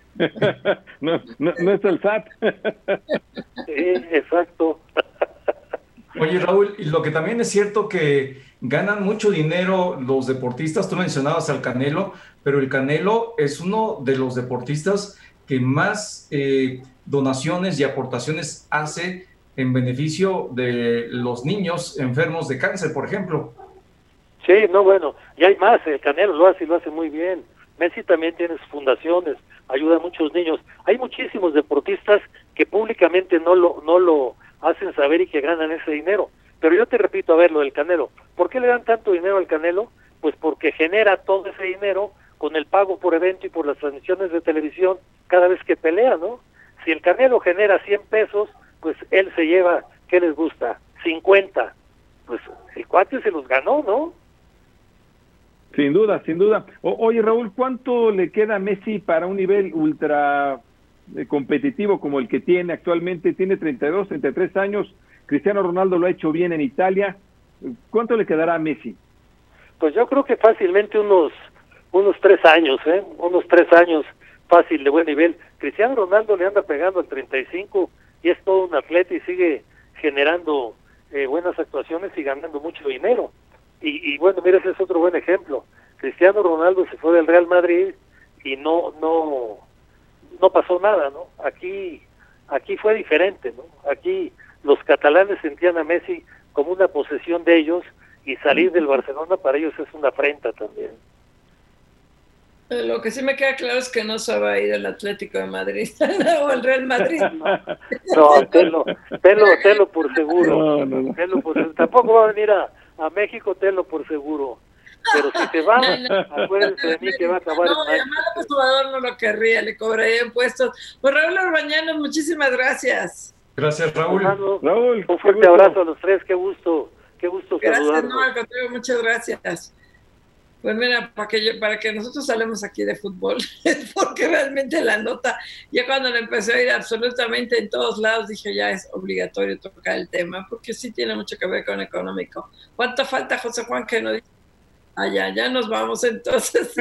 no es el SAT. Sí, exacto. Oye, Raúl, y lo que también es cierto que ganan mucho dinero los deportistas, tú mencionabas al Canelo, pero el Canelo es uno de los deportistas que más donaciones y aportaciones hace en beneficio de los niños enfermos de cáncer, por ejemplo. Sí, no, bueno, y hay más, el Canelo lo hace muy bien. Messi también tiene sus fundaciones, ayuda a muchos niños. Hay muchísimos deportistas que públicamente no lo hacen saber y que ganan ese dinero. Pero yo te repito, a ver, lo del Canelo. ¿Por qué le dan tanto dinero al Canelo? Pues porque genera todo ese dinero con el pago por evento y por las transmisiones de televisión cada vez que pelea, ¿no? Si el Canelo genera 100 pesos, pues él se lleva, ¿qué les gusta? 50. Pues el cuate se los ganó, ¿no? Sin duda. Oye, Raúl, ¿cuánto le queda a Messi para un nivel ultra competitivo como el que tiene actualmente? Tiene 32, 33 años. Cristiano Ronaldo lo ha hecho bien en Italia. ¿Cuánto le quedará a Messi? Pues yo creo que fácilmente unos 3 años, unos 3 años fácil de buen nivel. Cristiano Ronaldo le anda pegando al 35 y es todo un atleta y sigue generando buenas actuaciones y ganando mucho dinero. Y bueno, mira, ese es otro buen ejemplo. Cristiano Ronaldo se fue del Real Madrid y no pasó nada, ¿no? Aquí fue diferente, ¿no? Aquí los catalanes sentían a Messi como una posesión de ellos y salir del Barcelona para ellos es una afrenta también. Lo que sí me queda claro es que no se va a ir el Atlético de Madrid o el Real Madrid. No, tenlo por seguro. No. Tenlo por seguro. Tampoco va a venir a México, tenlo por seguro. Pero si te va, acuérdense de mí que va a acabar en México. Además, el jugador no lo querría, le cobraría impuestos. Pues Raúl Orbañanos, muchísimas gracias. Gracias, Raúl. Raúl, un fuerte abrazo a los tres, qué gusto saludarlos. Gracias, no, al contrario, muchas gracias. Pues mira, para que nosotros salgamos aquí de fútbol, porque realmente la nota, ya cuando le empecé a ir absolutamente en todos lados, dije ya es obligatorio tocar el tema, porque sí tiene mucho que ver con económico. ¿Cuánto falta, José Juan, que nos dice? Ya nos vamos entonces.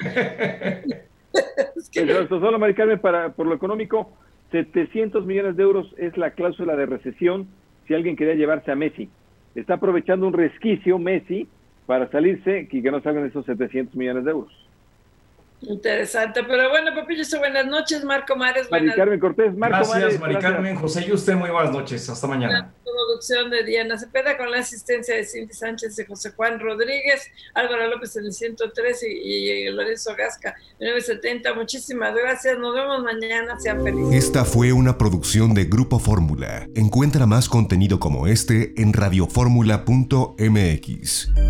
Solo, Mari Carmen, por lo económico, 700 millones de euros es la cláusula de recesión si alguien quería llevarse a Messi. Está aprovechando un resquicio Messi para salirse y que no salgan esos 700 millones de euros. Interesante, pero bueno, Pepillo, buenas noches, Marco Mares. Mari Carmen Cortés, Marco gracias, Mares. Mari Carmen, José Yuste, muy buenas noches, hasta mañana. La producción de Diana Cepeda con la asistencia de Cindy Sánchez y José Juan Rodríguez, Álvaro López en el 103 y Lorenzo Gasca en el 970. Muchísimas gracias, nos vemos mañana, sean felices. Esta fue una producción de Grupo Fórmula. Encuentra más contenido como este en radioformula.mx.